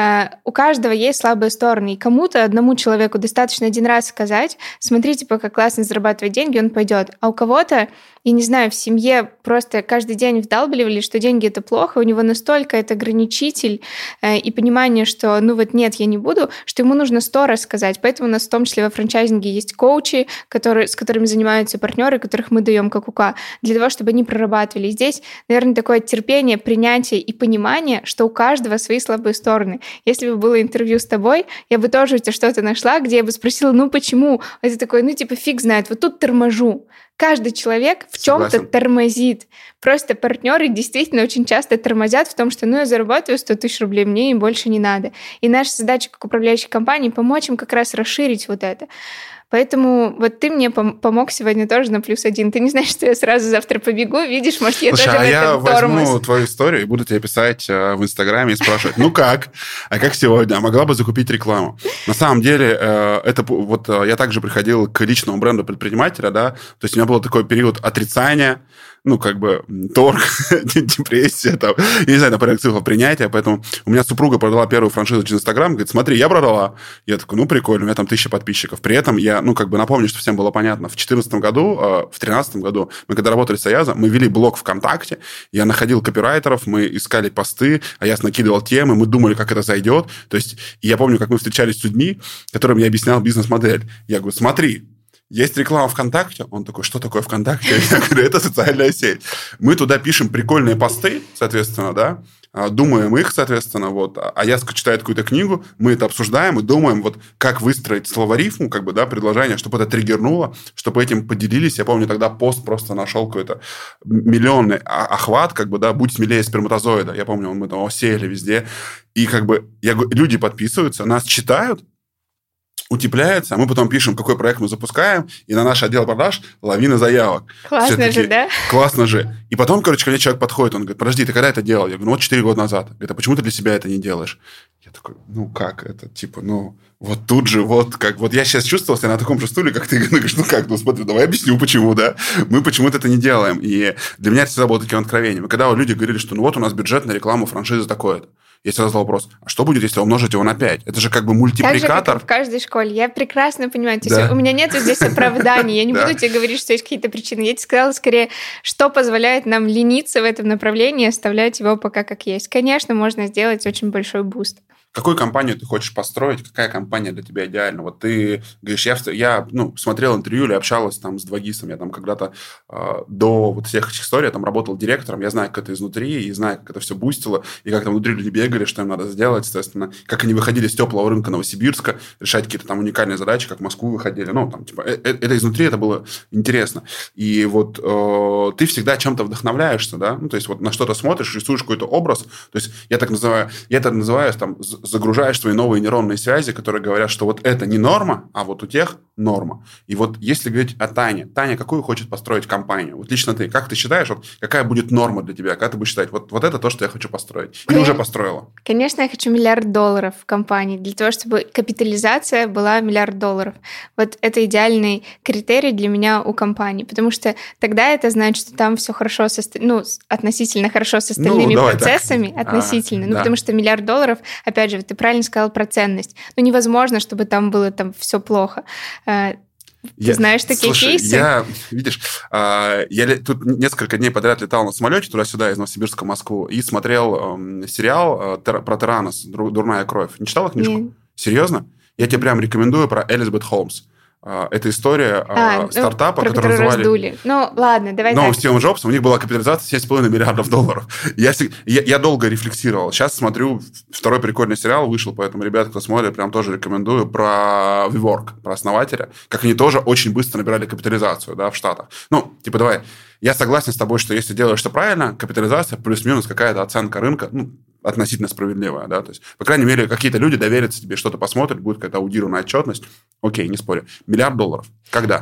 у каждого есть слабые стороны, и кому-то, одному человеку достаточно один раз сказать, смотрите, пока классно зарабатывать деньги, он пойдет. А у кого-то, я не знаю, в семье просто каждый день вдалбливали, что деньги — это плохо, у него настолько это ограничитель и понимание, что ну вот нет, я не буду, что ему нужно 100 раз сказать. Поэтому у нас в том числе во франчайзинге есть коучи, с которыми занимаются партнеры, которых мы даем как УК, для того, чтобы они прорабатывали. И здесь, наверное, такое терпение, принятие и понимание, что у каждого свои слабые стороны. Если бы было интервью с тобой, я бы тоже у тебя что-то нашла, где я бы спросила, ну почему? А ты такой, ну типа фиг знает, вот тут торможу. Каждый человек в чем-то тормозит. Просто партнеры действительно очень часто тормозят в том, что ну я зарабатываю 100 тысяч рублей, мне им больше не надо. И наша задача как управляющей компании помочь им как раз расширить вот это. Поэтому вот ты мне помог сегодня тоже на +1. Ты не знаешь, что я сразу завтра побегу, видишь, может, я тоже в этом я тормоз. возьму твою историю и буду тебе писать в Инстаграме и спрашивать, ну как? А как сегодня? А могла бы закупить рекламу? На самом деле, это вот я также приходил к личному бренду предпринимателя, да, то есть у меня был такой период отрицания, торг, депрессия, там, я не знаю, например, цифра принятия, поэтому у меня супруга продала первую франшизу через Инстаграм, говорит, смотри, я продала. Я такой, прикольно, у меня там 1000 подписчиков. При этом я, напомню, что всем было понятно, в 2014 году, в 2013 году, мы когда работали с Аязом, мы вели блог ВКонтакте, я находил копирайтеров, мы искали посты, Аяз накидывал темы, мы думали, как это зайдет. То есть, и я помню, как мы встречались с людьми, которым я объяснял бизнес-модель. Я говорю, смотри, есть реклама ВКонтакте. Он такой, что такое ВКонтакте? Я говорю, это социальная сеть. Мы туда пишем прикольные посты, соответственно, да, думаем их, соответственно, вот. А я читаю какую-то книгу, мы это обсуждаем и думаем, вот, как выстроить словарифму, предложение, чтобы это триггернуло, чтобы этим поделились. Я помню, тогда пост просто нашел какой-то миллионный охват, будь смелее сперматозоида. Я помню, мы там сеяли везде. И люди подписываются, нас читают, утепляется, а мы потом пишем, какой проект мы запускаем, и на наш отдел продаж лавина заявок. Классно же, да? Классно же. И потом, ко мне человек подходит, он говорит, подожди, ты когда это делал? Я говорю, 4 года назад. Говорит, а почему ты для себя это не делаешь? Я такой, как это? Вот тут же, вот я сейчас чувствовал себя на таком же стуле, как ты говоришь, смотри, давай объясню, почему, да? Мы почему-то это не делаем. И для меня это всегда было таким откровением. И когда люди говорили, что у нас бюджет на рекламу франшизы такой-то, я сразу задал вопрос, а что будет, если умножить его на 5? Это же мультипликатор. Так же, как в каждой школе. Я прекрасно понимаю. То есть у меня нет здесь оправданий. Я не буду тебе говорить, что есть какие-то причины. Я тебе сказала скорее, что позволяет нам лениться в этом направлении и оставлять его пока как есть. Конечно, можно сделать очень большой буст. Какую компанию ты хочешь построить? Какая компания для тебя идеальна? Вот ты говоришь, я смотрел интервью или общалась с Двагисом. Я там когда-то до всех этих историй я там работал директором. Я знаю, как это изнутри, и знаю, как это все бустило, и как там внутри люди бегали, что им надо сделать, соответственно, как они выходили с теплого рынка Новосибирска, решать какие-то там уникальные задачи, как в Москву выходили. Это изнутри, это было интересно. И вот ты всегда чем-то вдохновляешься, да? То есть вот на что-то смотришь, рисуешь какой-то образ. То есть я это называю загружаешь свои новые нейронные связи, которые говорят, что вот это не норма, а вот у тех норма. И вот если говорить о Тане, Таня какую хочет построить компанию? Вот лично ты, как ты считаешь, какая будет норма для тебя? Как ты будешь считать, вот это то, что я хочу построить? Или уже построила? Конечно, я хочу $1 миллиард в компании для того, чтобы капитализация была $1 миллиард. Вот это идеальный критерий для меня у компании, потому что тогда это значит, что там все хорошо, относительно хорошо с остальными процессами, относительно, потому что $1 миллиард, опять же, ты правильно сказал про ценность. Невозможно, чтобы там было все плохо. Ты знаешь такие кейсы? Я тут несколько дней подряд летал на самолете туда-сюда из Новосибирска в Москву и смотрел сериал про Тиранос «Дурная кровь». Не читала книжку? Нет. Серьезно? Я тебе прям рекомендую про Элизабет Холмс. Это история стартапа, который называли... раздули. Ладно, давай так. Новым Стивом Джобсом, у них была капитализация $7,5 миллиардов. Я долго рефлексировал. Сейчас смотрю, второй прикольный сериал вышел, поэтому ребята, кто смотрит, прям тоже рекомендую, про WeWork, про основателя, как они тоже очень быстро набирали капитализацию, да, в Штатах. Давай, я согласен с тобой, что если делаешь все правильно, капитализация плюс-минус какая-то оценка рынка, относительно справедливая, да, то есть, по крайней мере, какие-то люди доверятся тебе, что-то посмотрят, будет какая-то аудированная отчетность. Окей, не спорю. $1 миллиард. Когда?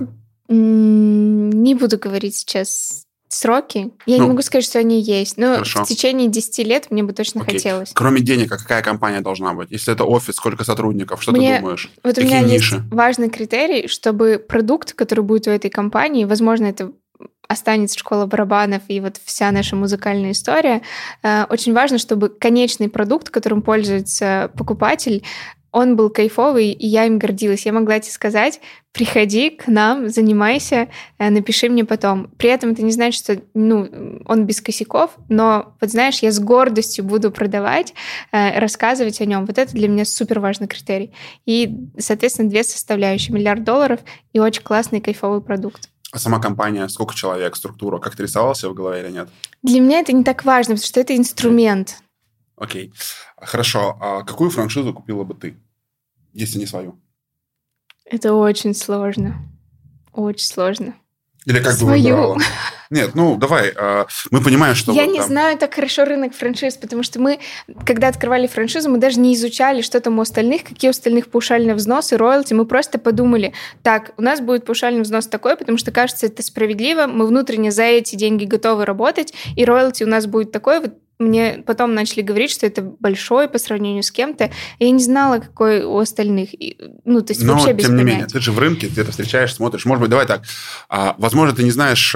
Не буду говорить сейчас сроки. Я не могу сказать, что они есть, но хорошо. В течение 10 лет мне бы точно хотелось. Кроме денег, какая компания должна быть? Если это офис, сколько сотрудников? Что ты думаешь? Вот у меня есть важный критерий, чтобы продукт, который будет у этой компании, возможно, это останется школа барабанов и вот вся наша музыкальная история. Очень важно, чтобы конечный продукт, которым пользуется покупатель, он был кайфовый, и я им гордилась. Я могла тебе сказать, приходи к нам, занимайся, напиши мне потом. При этом это не значит, что он без косяков, но вот знаешь, я с гордостью буду продавать, рассказывать о нем. Вот это для меня супер важный критерий. И, соответственно, 2 составляющие: $1 миллиард и очень классный кайфовый продукт. А сама компания, сколько человек, структура, как ты рисовала себе в голове или нет? Для меня это не так важно, потому что это инструмент. Окей. Хорошо. А какую франшизу купила бы ты, если не свою? Это очень сложно. Очень сложно. Или как бы выбирала? Нет, давай. Мы понимаем, что... Я не знаю так хорошо рынок франшиз, потому что мы, когда открывали франшизу, мы даже не изучали, что там у остальных, какие у остальных паушальные взносы, роялти. Мы просто подумали, так, у нас будет паушальный взнос такой, потому что, кажется, это справедливо, мы внутренне за эти деньги готовы работать, и роялти у нас будет такой, вот мне потом начали говорить, что это большой по сравнению с кем-то. Я не знала, какой у остальных. Ну, то есть но, вообще без тем не понятия. менее, ты же в рынке, ты это встречаешь, смотришь. Может быть, давай так. Возможно, ты не знаешь,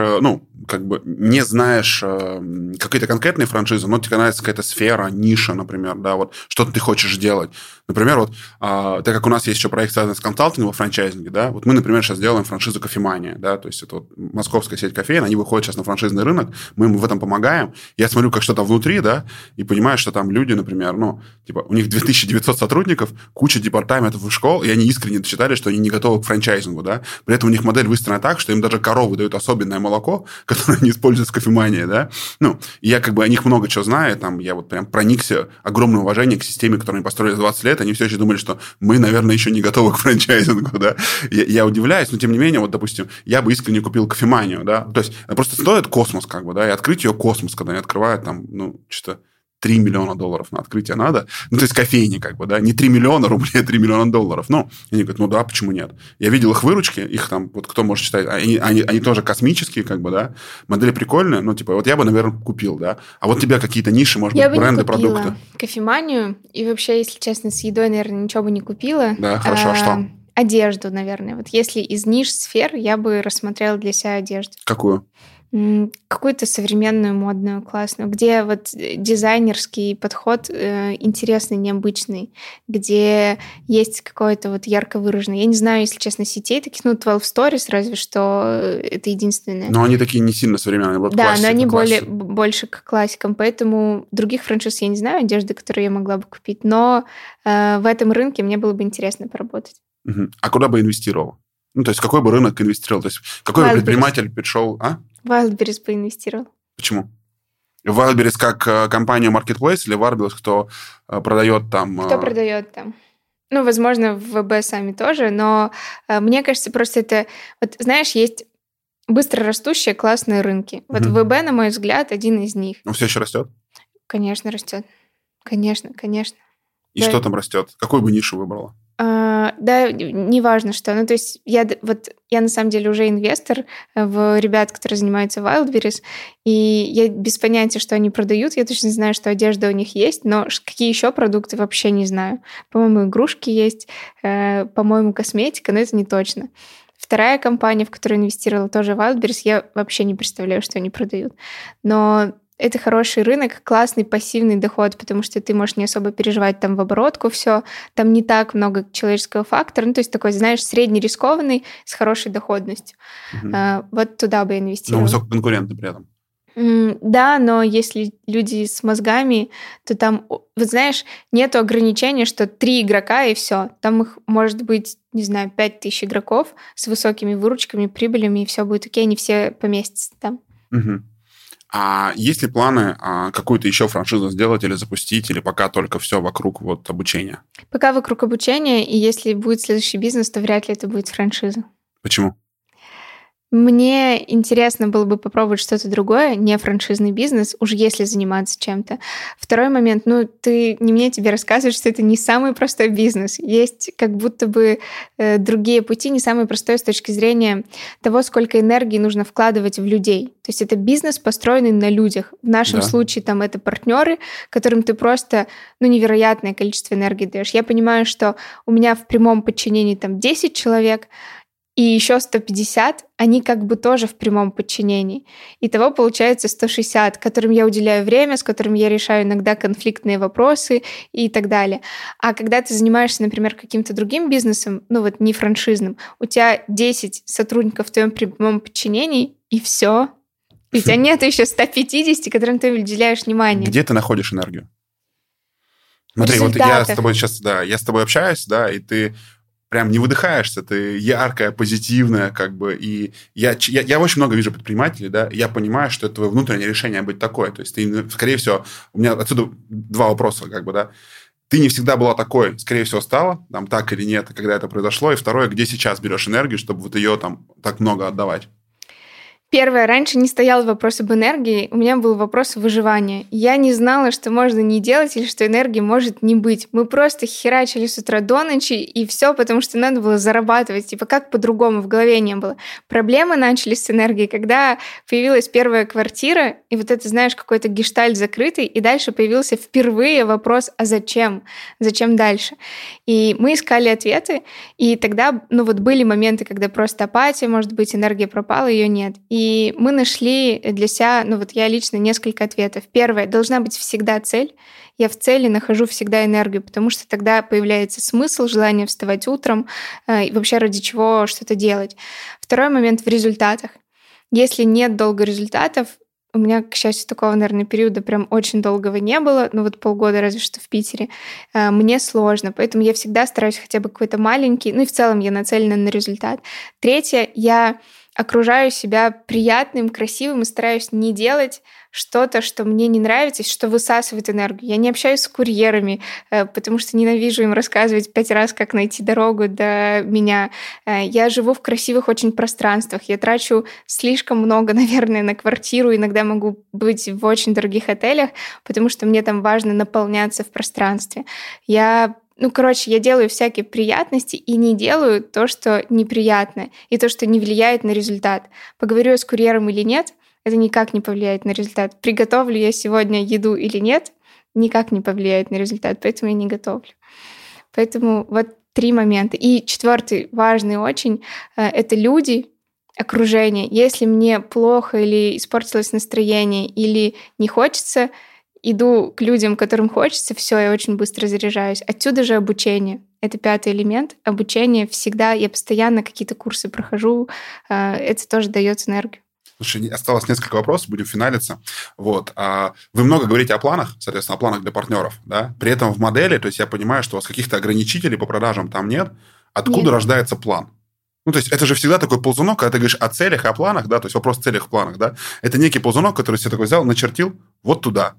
не знаешь какие-то конкретные франшизы, но тебе нравится какая-то сфера, ниша, например, да, вот что-то ты хочешь делать. Например, вот так как у нас есть еще проект, связанный с консалтингом во франчайзинге, да, вот мы, например, сейчас делаем франшизу «Кофемания», да, то есть это вот московская сеть кофеен, они выходят сейчас на франшизный рынок, мы им в этом помогаем. Я смотрю, как что-то внутри, да, и понимаю, что там люди, например, у них 2900 сотрудников, куча департаментов и школ, и они искренне считали, что они не готовы к франчайзингу, да. При этом у них модель выстроена так, что им даже коровы дают особенное молоко, которое они используют в кофемании, да. И я о них много чего знаю, там, я вот прям проникся, огромное уважение к системе, которую они построили за 20 лет, они все еще думали, что мы, наверное, еще не готовы к франчайзингу, да. Я удивляюсь, но тем не менее, вот, допустим, я бы искренне купил кофеманию, да. То есть, просто стоит космос, да, и открыть ее космос, когда они открывают там, что-то $3 миллиона на открытие надо. То есть кофейни, да, не 3 миллиона рублей, а $3 миллиона. И они говорят, да, почему нет? Я видел их выручки, их там, вот кто может считать, они тоже космические, да, модели прикольные, вот я бы, наверное, купил, да. А вот тебя какие-то ниши, может быть, бренды, продукты? Я бы не купила кофеманию, и вообще, если честно, с едой, наверное, ничего бы не купила. Да, хорошо, а что? Одежду, наверное. Вот если из ниш-сфер, я бы рассмотрела для себя одежду. Какую? Какую-то современную, модную, классную, где вот дизайнерский подход интересный, необычный, где есть какой-то вот ярко выраженный. Я не знаю, если честно, сетей таких, 12 Stories, разве что это единственное. Но они такие не сильно современные, вот да, но они больше к классикам, поэтому других франшиз я не знаю, одежды, которые я могла бы купить, но в этом рынке мне было бы интересно поработать. А куда бы инвестировал? То есть какой бы рынок инвестировал? То есть какой бы предприниматель пришел, Wildberries бы инвестировал. Почему? Wildberries как компания Marketplace или Wildberries, кто продает там... Кто продает там? Возможно, в ВБ сами тоже, но мне кажется, просто это... Вот, знаешь, есть быстро растущие классные рынки. Вот ВБ, на мой взгляд, один из них. Он все еще растет? Конечно, растет. Конечно. И что там растет? Какую бы нишу выбрала? Да, неважно что. То есть я на самом деле уже инвестор в ребят, которые занимаются Wildberries, и я без понятия, что они продают. Я точно знаю, что одежда у них есть, но какие еще продукты вообще не знаю. По-моему, игрушки есть, по-моему, косметика, но это не точно. Вторая компания, в которую инвестировала, тоже Wildberries, я вообще не представляю, что они продают. Но это хороший рынок, классный пассивный доход, потому что ты можешь не особо переживать там в оборотку все, там не так много человеческого фактора, то есть такой, знаешь, среднерискованный с хорошей доходностью. Вот туда бы я инвестировала. Но высококонкурентный при этом. Да, но если люди с мозгами, то там, вот знаешь, нету ограничения, что 3 игрока и все. Там их может быть, не знаю, 5000 игроков с высокими выручками, прибылями, и все будет окей, они все поместятся там. А есть ли планы какую-то еще франшизу сделать или запустить, или пока только все вокруг обучения? Пока вокруг обучения, и если будет следующий бизнес, то вряд ли это будет франшиза. Почему? Мне интересно было бы попробовать что-то другое, не франшизный бизнес, уж если заниматься чем-то. Второй момент, ты не мне тебе рассказывать, что это не самый простой бизнес. Есть как будто бы другие пути, не самый простой с точки зрения того, сколько энергии нужно вкладывать в людей. То есть это бизнес, построенный на людях. В нашем случае там это партнеры, которым ты просто невероятное количество энергии даешь. Я понимаю, что у меня в прямом подчинении там 10 человек, и еще 150, они как бы тоже в прямом подчинении. Итого получается 160, которым я уделяю время, с которым я решаю иногда конфликтные вопросы и так далее. А когда ты занимаешься, например, каким-то другим бизнесом, не франшизным, у тебя 10 сотрудников в твоем прямом подчинении, и все. И у тебя нет еще 150, которым ты уделяешь внимание. Где ты находишь энергию? Смотри, вот я с тобой сейчас, я с тобой общаюсь, и ты прям не выдыхаешься, ты яркая, позитивная, и я очень много вижу предпринимателей, я понимаю, что это твое внутреннее решение быть такой, то есть ты, скорее всего, у меня отсюда 2 вопроса, ты не всегда была такой, скорее всего, стала, так или нет, когда это произошло, и второе, где сейчас берешь энергию, чтобы ее так много отдавать? Первое, раньше не стоял вопрос об энергии, у меня был вопрос выживания. Я не знала, что можно не делать или что энергии может не быть. Мы просто херачили с утра до ночи, и все, потому что надо было зарабатывать. Типа как по-другому в голове не было. Проблемы начались с энергией, когда появилась первая квартира, и вот это, знаешь, какой-то гештальт закрытый, и дальше появился впервые вопрос, а зачем? Зачем дальше? И мы искали ответы, и тогда, были моменты, когда просто апатия, может быть, энергия пропала, ее нет. И мы нашли для себя, я лично несколько ответов. Первое, должна быть всегда цель. Я в цели нахожу всегда энергию, потому что тогда появляется смысл, желание вставать утром и вообще ради чего что-то делать. Второй момент в результатах. Если нет долго результатов, у меня, к счастью, такого, наверное, периода прям очень долгого не было, полгода разве что в Питере, мне сложно, поэтому я всегда стараюсь хотя бы какой-то маленький, и в целом я нацелена на результат. Третье, я окружаю себя приятным, красивым и стараюсь не делать что-то, что мне не нравится, что высасывает энергию. Я не общаюсь с курьерами, потому что ненавижу им рассказывать 5 раз, как найти дорогу до меня. Я живу в красивых очень пространствах. Я трачу слишком много, наверное, на квартиру. Иногда могу быть в очень дорогих отелях, потому что мне там важно наполняться в пространстве. Я делаю всякие приятности и не делаю то, что неприятно, и то, что не влияет на результат. Поговорю я с курьером или нет, это никак не повлияет на результат. Приготовлю я сегодня еду или нет, никак не повлияет на результат, поэтому я не готовлю. Поэтому 3 момента. И 4, важный очень, это люди, окружение. Если мне плохо или испортилось настроение, или не хочется, иду к людям, которым хочется, все, я очень быстро заряжаюсь. Отсюда же обучение. Это 5 элемент. Обучение всегда, я постоянно какие-то курсы прохожу, это тоже дает энергию. Слушай, осталось несколько вопросов, будем финалиться. Вы много говорите о планах, соответственно, о планах для партнеров, да? При этом в модели, то есть я понимаю, что у вас каких-то ограничителей по продажам там нет. Откуда рождается план? То есть это же всегда такой ползунок, когда ты говоришь о целях и о планах, да, то есть вопрос о целях и планах, да, это некий ползунок, который себе такой взял, начертил вот туда.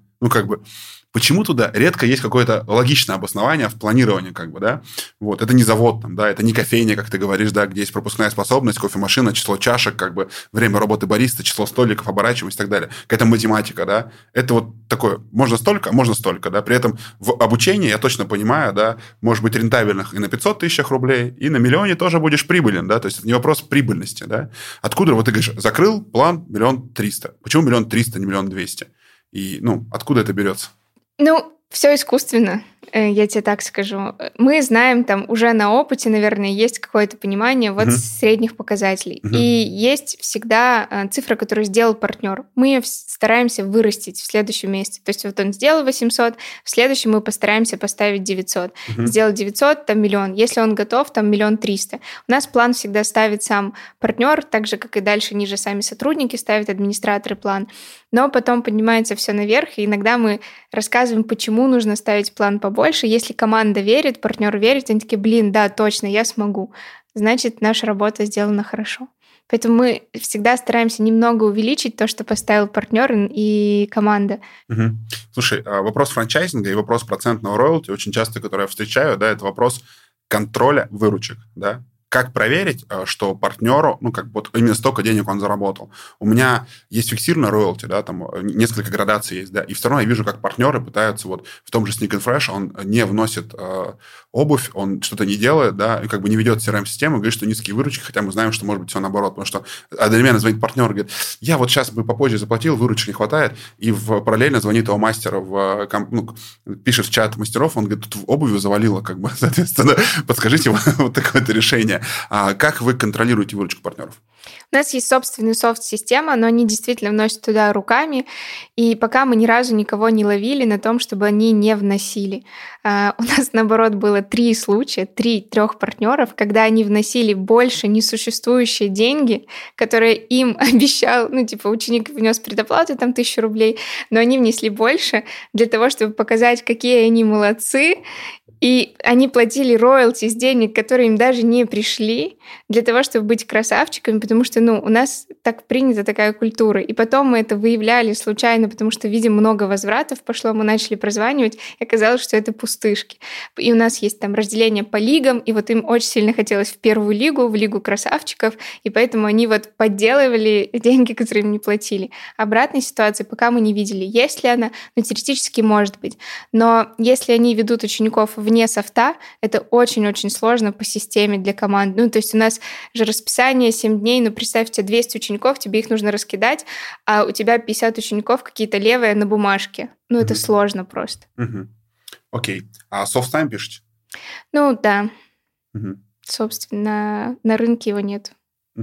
Почему туда? Редко есть какое-то логичное обоснование в планировании, да. Это не завод, там, да, это не кофейня, как ты говоришь, да, где есть пропускная способность, кофемашина, число чашек, время работы бариста, число столиков, оборачиваемость и так далее. Какая-то математика, да. Это такое, можно столько, да. При этом в обучении, я точно понимаю, да, может быть рентабельных и на 500 тысячах рублей, и на миллионе тоже будешь прибылен, да. То есть это не вопрос прибыльности, да. Откуда, ты говоришь, закрыл план 1 300 000. Почему 1 300 000, не 1 200 000? И, откуда это берется? Все искусственно, я тебе так скажу. Мы знаем, там уже на опыте, наверное, есть какое-то понимание средних показателей. И есть всегда цифра, которую сделал партнер. Мы ее стараемся вырастить в следующем месяце. То есть он сделал 800, в следующем мы постараемся поставить 900. Сделал 900, там 1 000 000. Если он готов, там 1 300 000. У нас план всегда ставит сам партнер, так же, как и дальше ниже сами сотрудники ставят, администраторы план. Но потом поднимается все наверх, и иногда мы рассказываем, почему нужно ставить план побольше. Если команда верит, партнер верит, они такие, да, точно, я смогу. Значит, наша работа сделана хорошо. Поэтому мы всегда стараемся немного увеличить то, что поставил партнер и команда. Слушай, вопрос франчайзинга и вопрос процентного роялти, очень часто, который я встречаю, да, это вопрос контроля выручек, да. Как проверить, что партнеру, именно столько денег он заработал? У меня есть фиксированная роялти, да, там несколько градаций есть, да, и все равно я вижу, как партнеры пытаются в том же Sneak and Fresh, он не вносит обувь, он что-то не делает, да, и не ведет CRM-систему, говорит, что низкие выручки, хотя мы знаем, что может быть все наоборот, потому что одновременно звонит партнер и говорит, я сейчас бы попозже заплатил, выручек не хватает, и параллельно звонит его мастера, пишет в чат мастеров, он говорит, тут обувью завалило, соответственно, подскажите такое-то решение. Как вы контролируете выручку партнеров? У нас есть собственная софт-система, но они действительно вносят туда руками, и пока мы ни разу никого не ловили на том, чтобы они не вносили. У нас, наоборот, было 3 случая, 3 партнеров, когда они вносили больше несуществующие деньги, которые им обещал, ученик внес предоплату, там 1000 рублей, но они внесли больше для того, чтобы показать, какие они молодцы, И они платили роялти с денег, которые им даже не пришли, для того, чтобы быть красавчиками, потому что, у нас так принята такая культура. И потом мы это выявляли случайно, потому что, видим, много возвратов пошло, мы начали прозванивать, и оказалось, что это пустышки. И у нас есть там разделение по лигам, и вот им очень сильно хотелось в первую лигу, в лигу красавчиков, и поэтому они вот подделывали деньги, которые им не платили. Обратной ситуации пока мы не видели. Есть ли она? Теоретически может быть. Но если они ведут учеников вне софта, это очень-очень сложно по системе для команд. То есть у нас же расписание 7 дней, представь, у тебя 200 учеников, тебе их нужно раскидать, а у тебя 50 учеников какие-то левые на бумажке. Это сложно просто. Окей. А софт-тайм пишете? Да. Собственно, на рынке его нет.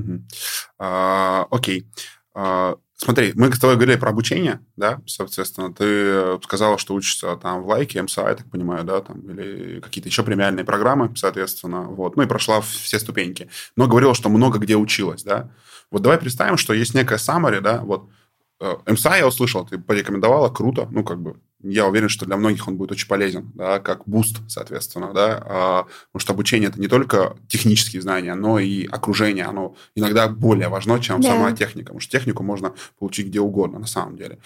Окей. Смотри, мы с тобой говорили про обучение, да, соответственно, ты сказала, что учишься там в Лайке, МСА, я так понимаю, да, там, или какие-то еще премиальные программы, соответственно, вот, и прошла все ступеньки, но говорила, что много где училась, да. Вот давай представим, что есть некая summary, да, вот, МСА я услышал, ты порекомендовала, круто, я уверен, что для многих он будет очень полезен, да, как буст, соответственно, да, потому что обучение – это не только технические знания, но и окружение, оно иногда более важно, чем сама техника, потому что технику можно получить где угодно на самом деле.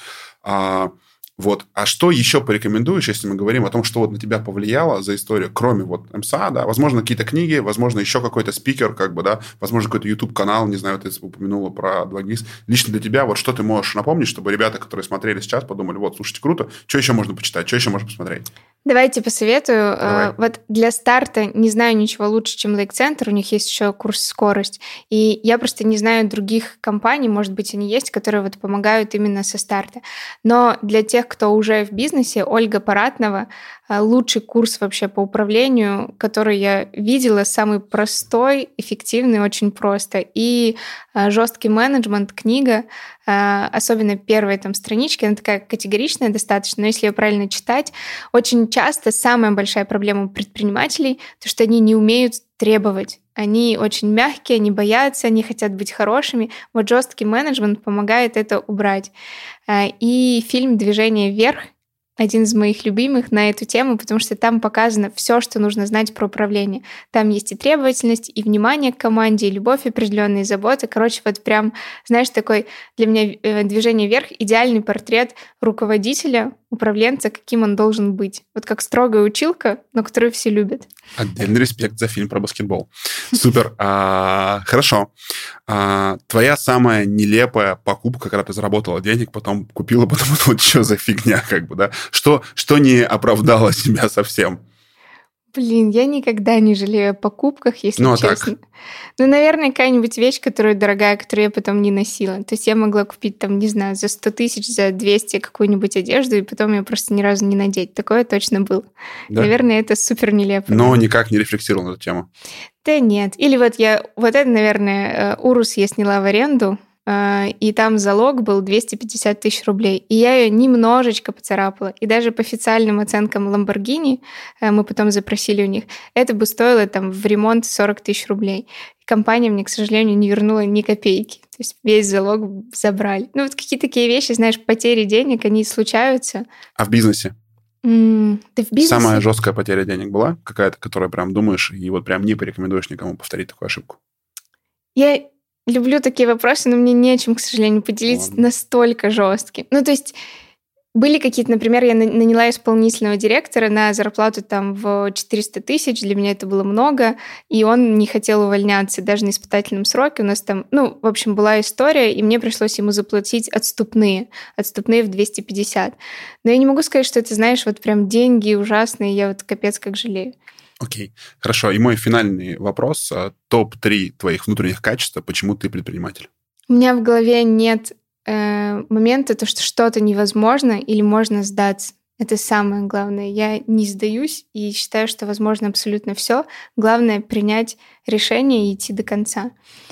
Вот. А что еще порекомендуешь, если мы говорим о том, что вот на тебя повлияло за историю, кроме вот МСА, да, возможно, какие-то книги, возможно, еще какой-то спикер, да, возможно, какой-то YouTube-канал, не знаю, ты упомянула про 2GIS. Лично для тебя вот что ты можешь напомнить, чтобы ребята, которые смотрели сейчас, подумали, вот, слушайте, круто, что еще можно почитать, что еще можно посмотреть? Давайте посоветую. Давай. Вот для старта не знаю ничего лучше, чем Lake Center. У них есть еще курс «Скорость». И я просто не знаю других компаний, может быть, они есть, которые вот помогают именно со старта. Но для тех, кто уже в бизнесе, Ольга Паратнова — лучший курс вообще по управлению, который я видела, самый простой, эффективный, очень просто. И «Жесткий менеджмент» книга, особенно первые там странички, она такая категоричная достаточно, но если ее правильно читать, очень часто самая большая проблема у предпринимателей, то, что они не умеют требовать. Они очень мягкие, они боятся, они хотят быть хорошими. Вот «Жесткий менеджмент» помогает это убрать. И фильм «Движение вверх» один из моих любимых на эту тему, потому что там показано все, что нужно знать про управление. Там есть и требовательность, и внимание к команде, и любовь определенная, и забота. Короче, вот прям, знаешь, такой для меня «Движение вверх» — идеальный портрет руководителя, управленца, каким он должен быть. Вот как строгая училка, но которую все любят. Отдельный респект за фильм про баскетбол. Супер. Хорошо. Твоя самая нелепая покупка, когда ты заработала денег, потом купила, потому что вот что за фигня, да? Что не оправдало себя совсем? Блин, я никогда не жалею о покупках, если честно. Так. Наверное, какая-нибудь вещь, которая дорогая, которую я потом не носила. То есть я могла купить там, не знаю, за 100 тысяч, за 200 какую-нибудь одежду, и потом ее просто ни разу не надеть. Такое точно было. Да? Наверное, это супер нелепо. Но никак не рефлексировал на эту тему. Да нет. Или вот это, наверное, Урус я сняла в аренду, и там залог был 250 тысяч рублей. И я ее немножечко поцарапала. И даже по официальным оценкам Lamborghini, мы потом запросили у них, это бы стоило там в ремонт 40 тысяч рублей. И компания мне, к сожалению, не вернула ни копейки. То есть весь залог забрали. Вот какие-то такие вещи, знаешь, потери денег, они случаются. А в бизнесе? Да в бизнесе... Самая жесткая потеря денег была какая-то, которую прям думаешь и вот прям не порекомендуешь никому повторить такую ошибку? Я люблю такие вопросы, но мне нечем, к сожалению, поделиться настолько жестким. То есть были какие-то, например, я наняла исполнительного директора на зарплату там в 400 тысяч, для меня это было много, и он не хотел увольняться даже на испытательном сроке. У нас там, в общем, была история, и мне пришлось ему заплатить отступные в 250. Но я не могу сказать, что это, знаешь, вот прям деньги ужасные, я вот капец как жалею. Окей, хорошо. И мой финальный вопрос. Топ-3 твоих внутренних качеств, почему ты предприниматель? У меня в голове нет момента, то, что что-то невозможно или можно сдаться. Это самое главное. Я не сдаюсь и считаю, что возможно абсолютно все. Главное — принять решение и идти до конца.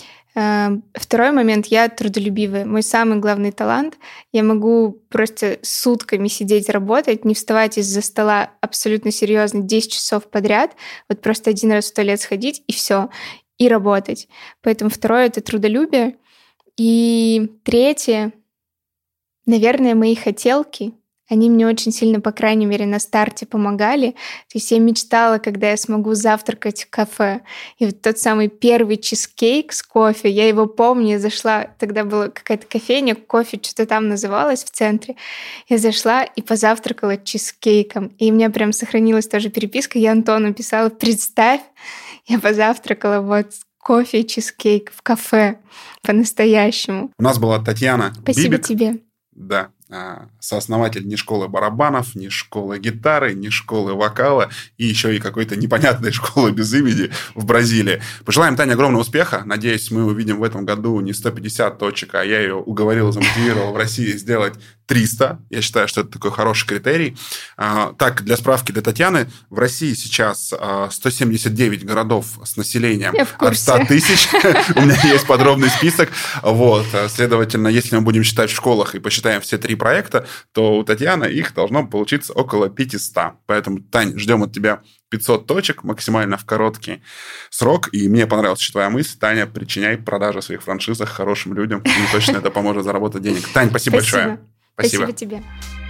Второй момент — я трудолюбивая. Мой самый главный талант — я могу просто сутками сидеть, работать, не вставать из-за стола абсолютно серьезно 10 часов подряд, вот просто один раз в туалет сходить и все, и работать. Поэтому второе — это трудолюбие. И третье — наверное, мои хотелки. Они мне очень сильно, по крайней мере, на старте помогали. То есть я мечтала, когда я смогу завтракать в кафе. И вот тот самый первый чизкейк с кофе, я его помню, я зашла, тогда была какая-то кофейня, кофе что-то там называлось в центре. Я зашла и позавтракала чизкейком. И у меня прям сохранилась тоже переписка. Я Антону писала: представь, я позавтракала вот кофе и чизкейк в кафе по-настоящему. У нас была Татьяна Спасибо Бибик. тебе. Да, сооснователь ни школы барабанов, ни школы гитары, ни школы вокала, и еще и какой-то непонятной школы без имени в Бразилии. Пожелаем Тане огромного успеха. Надеюсь, мы увидим в этом году не 150 точек, а я ее уговорил, замотивировал в России сделать 300. Я считаю, что это такой хороший критерий. Так, для справки, для Татьяны, в России сейчас 179 городов с населением от 100 тысяч. У меня есть подробный список. Вот. Следовательно, если мы будем считать в школах и посчитаем все 3 проекта, то у Татьяны их должно получиться около 500. Поэтому, Тань, ждем от тебя 500 точек максимально в короткий срок. И мне понравилась еще твоя мысль. Таня, причиняй продажи своих франшизах хорошим людям. Им точно это поможет заработать денег. Тань, спасибо большое. Спасибо тебе.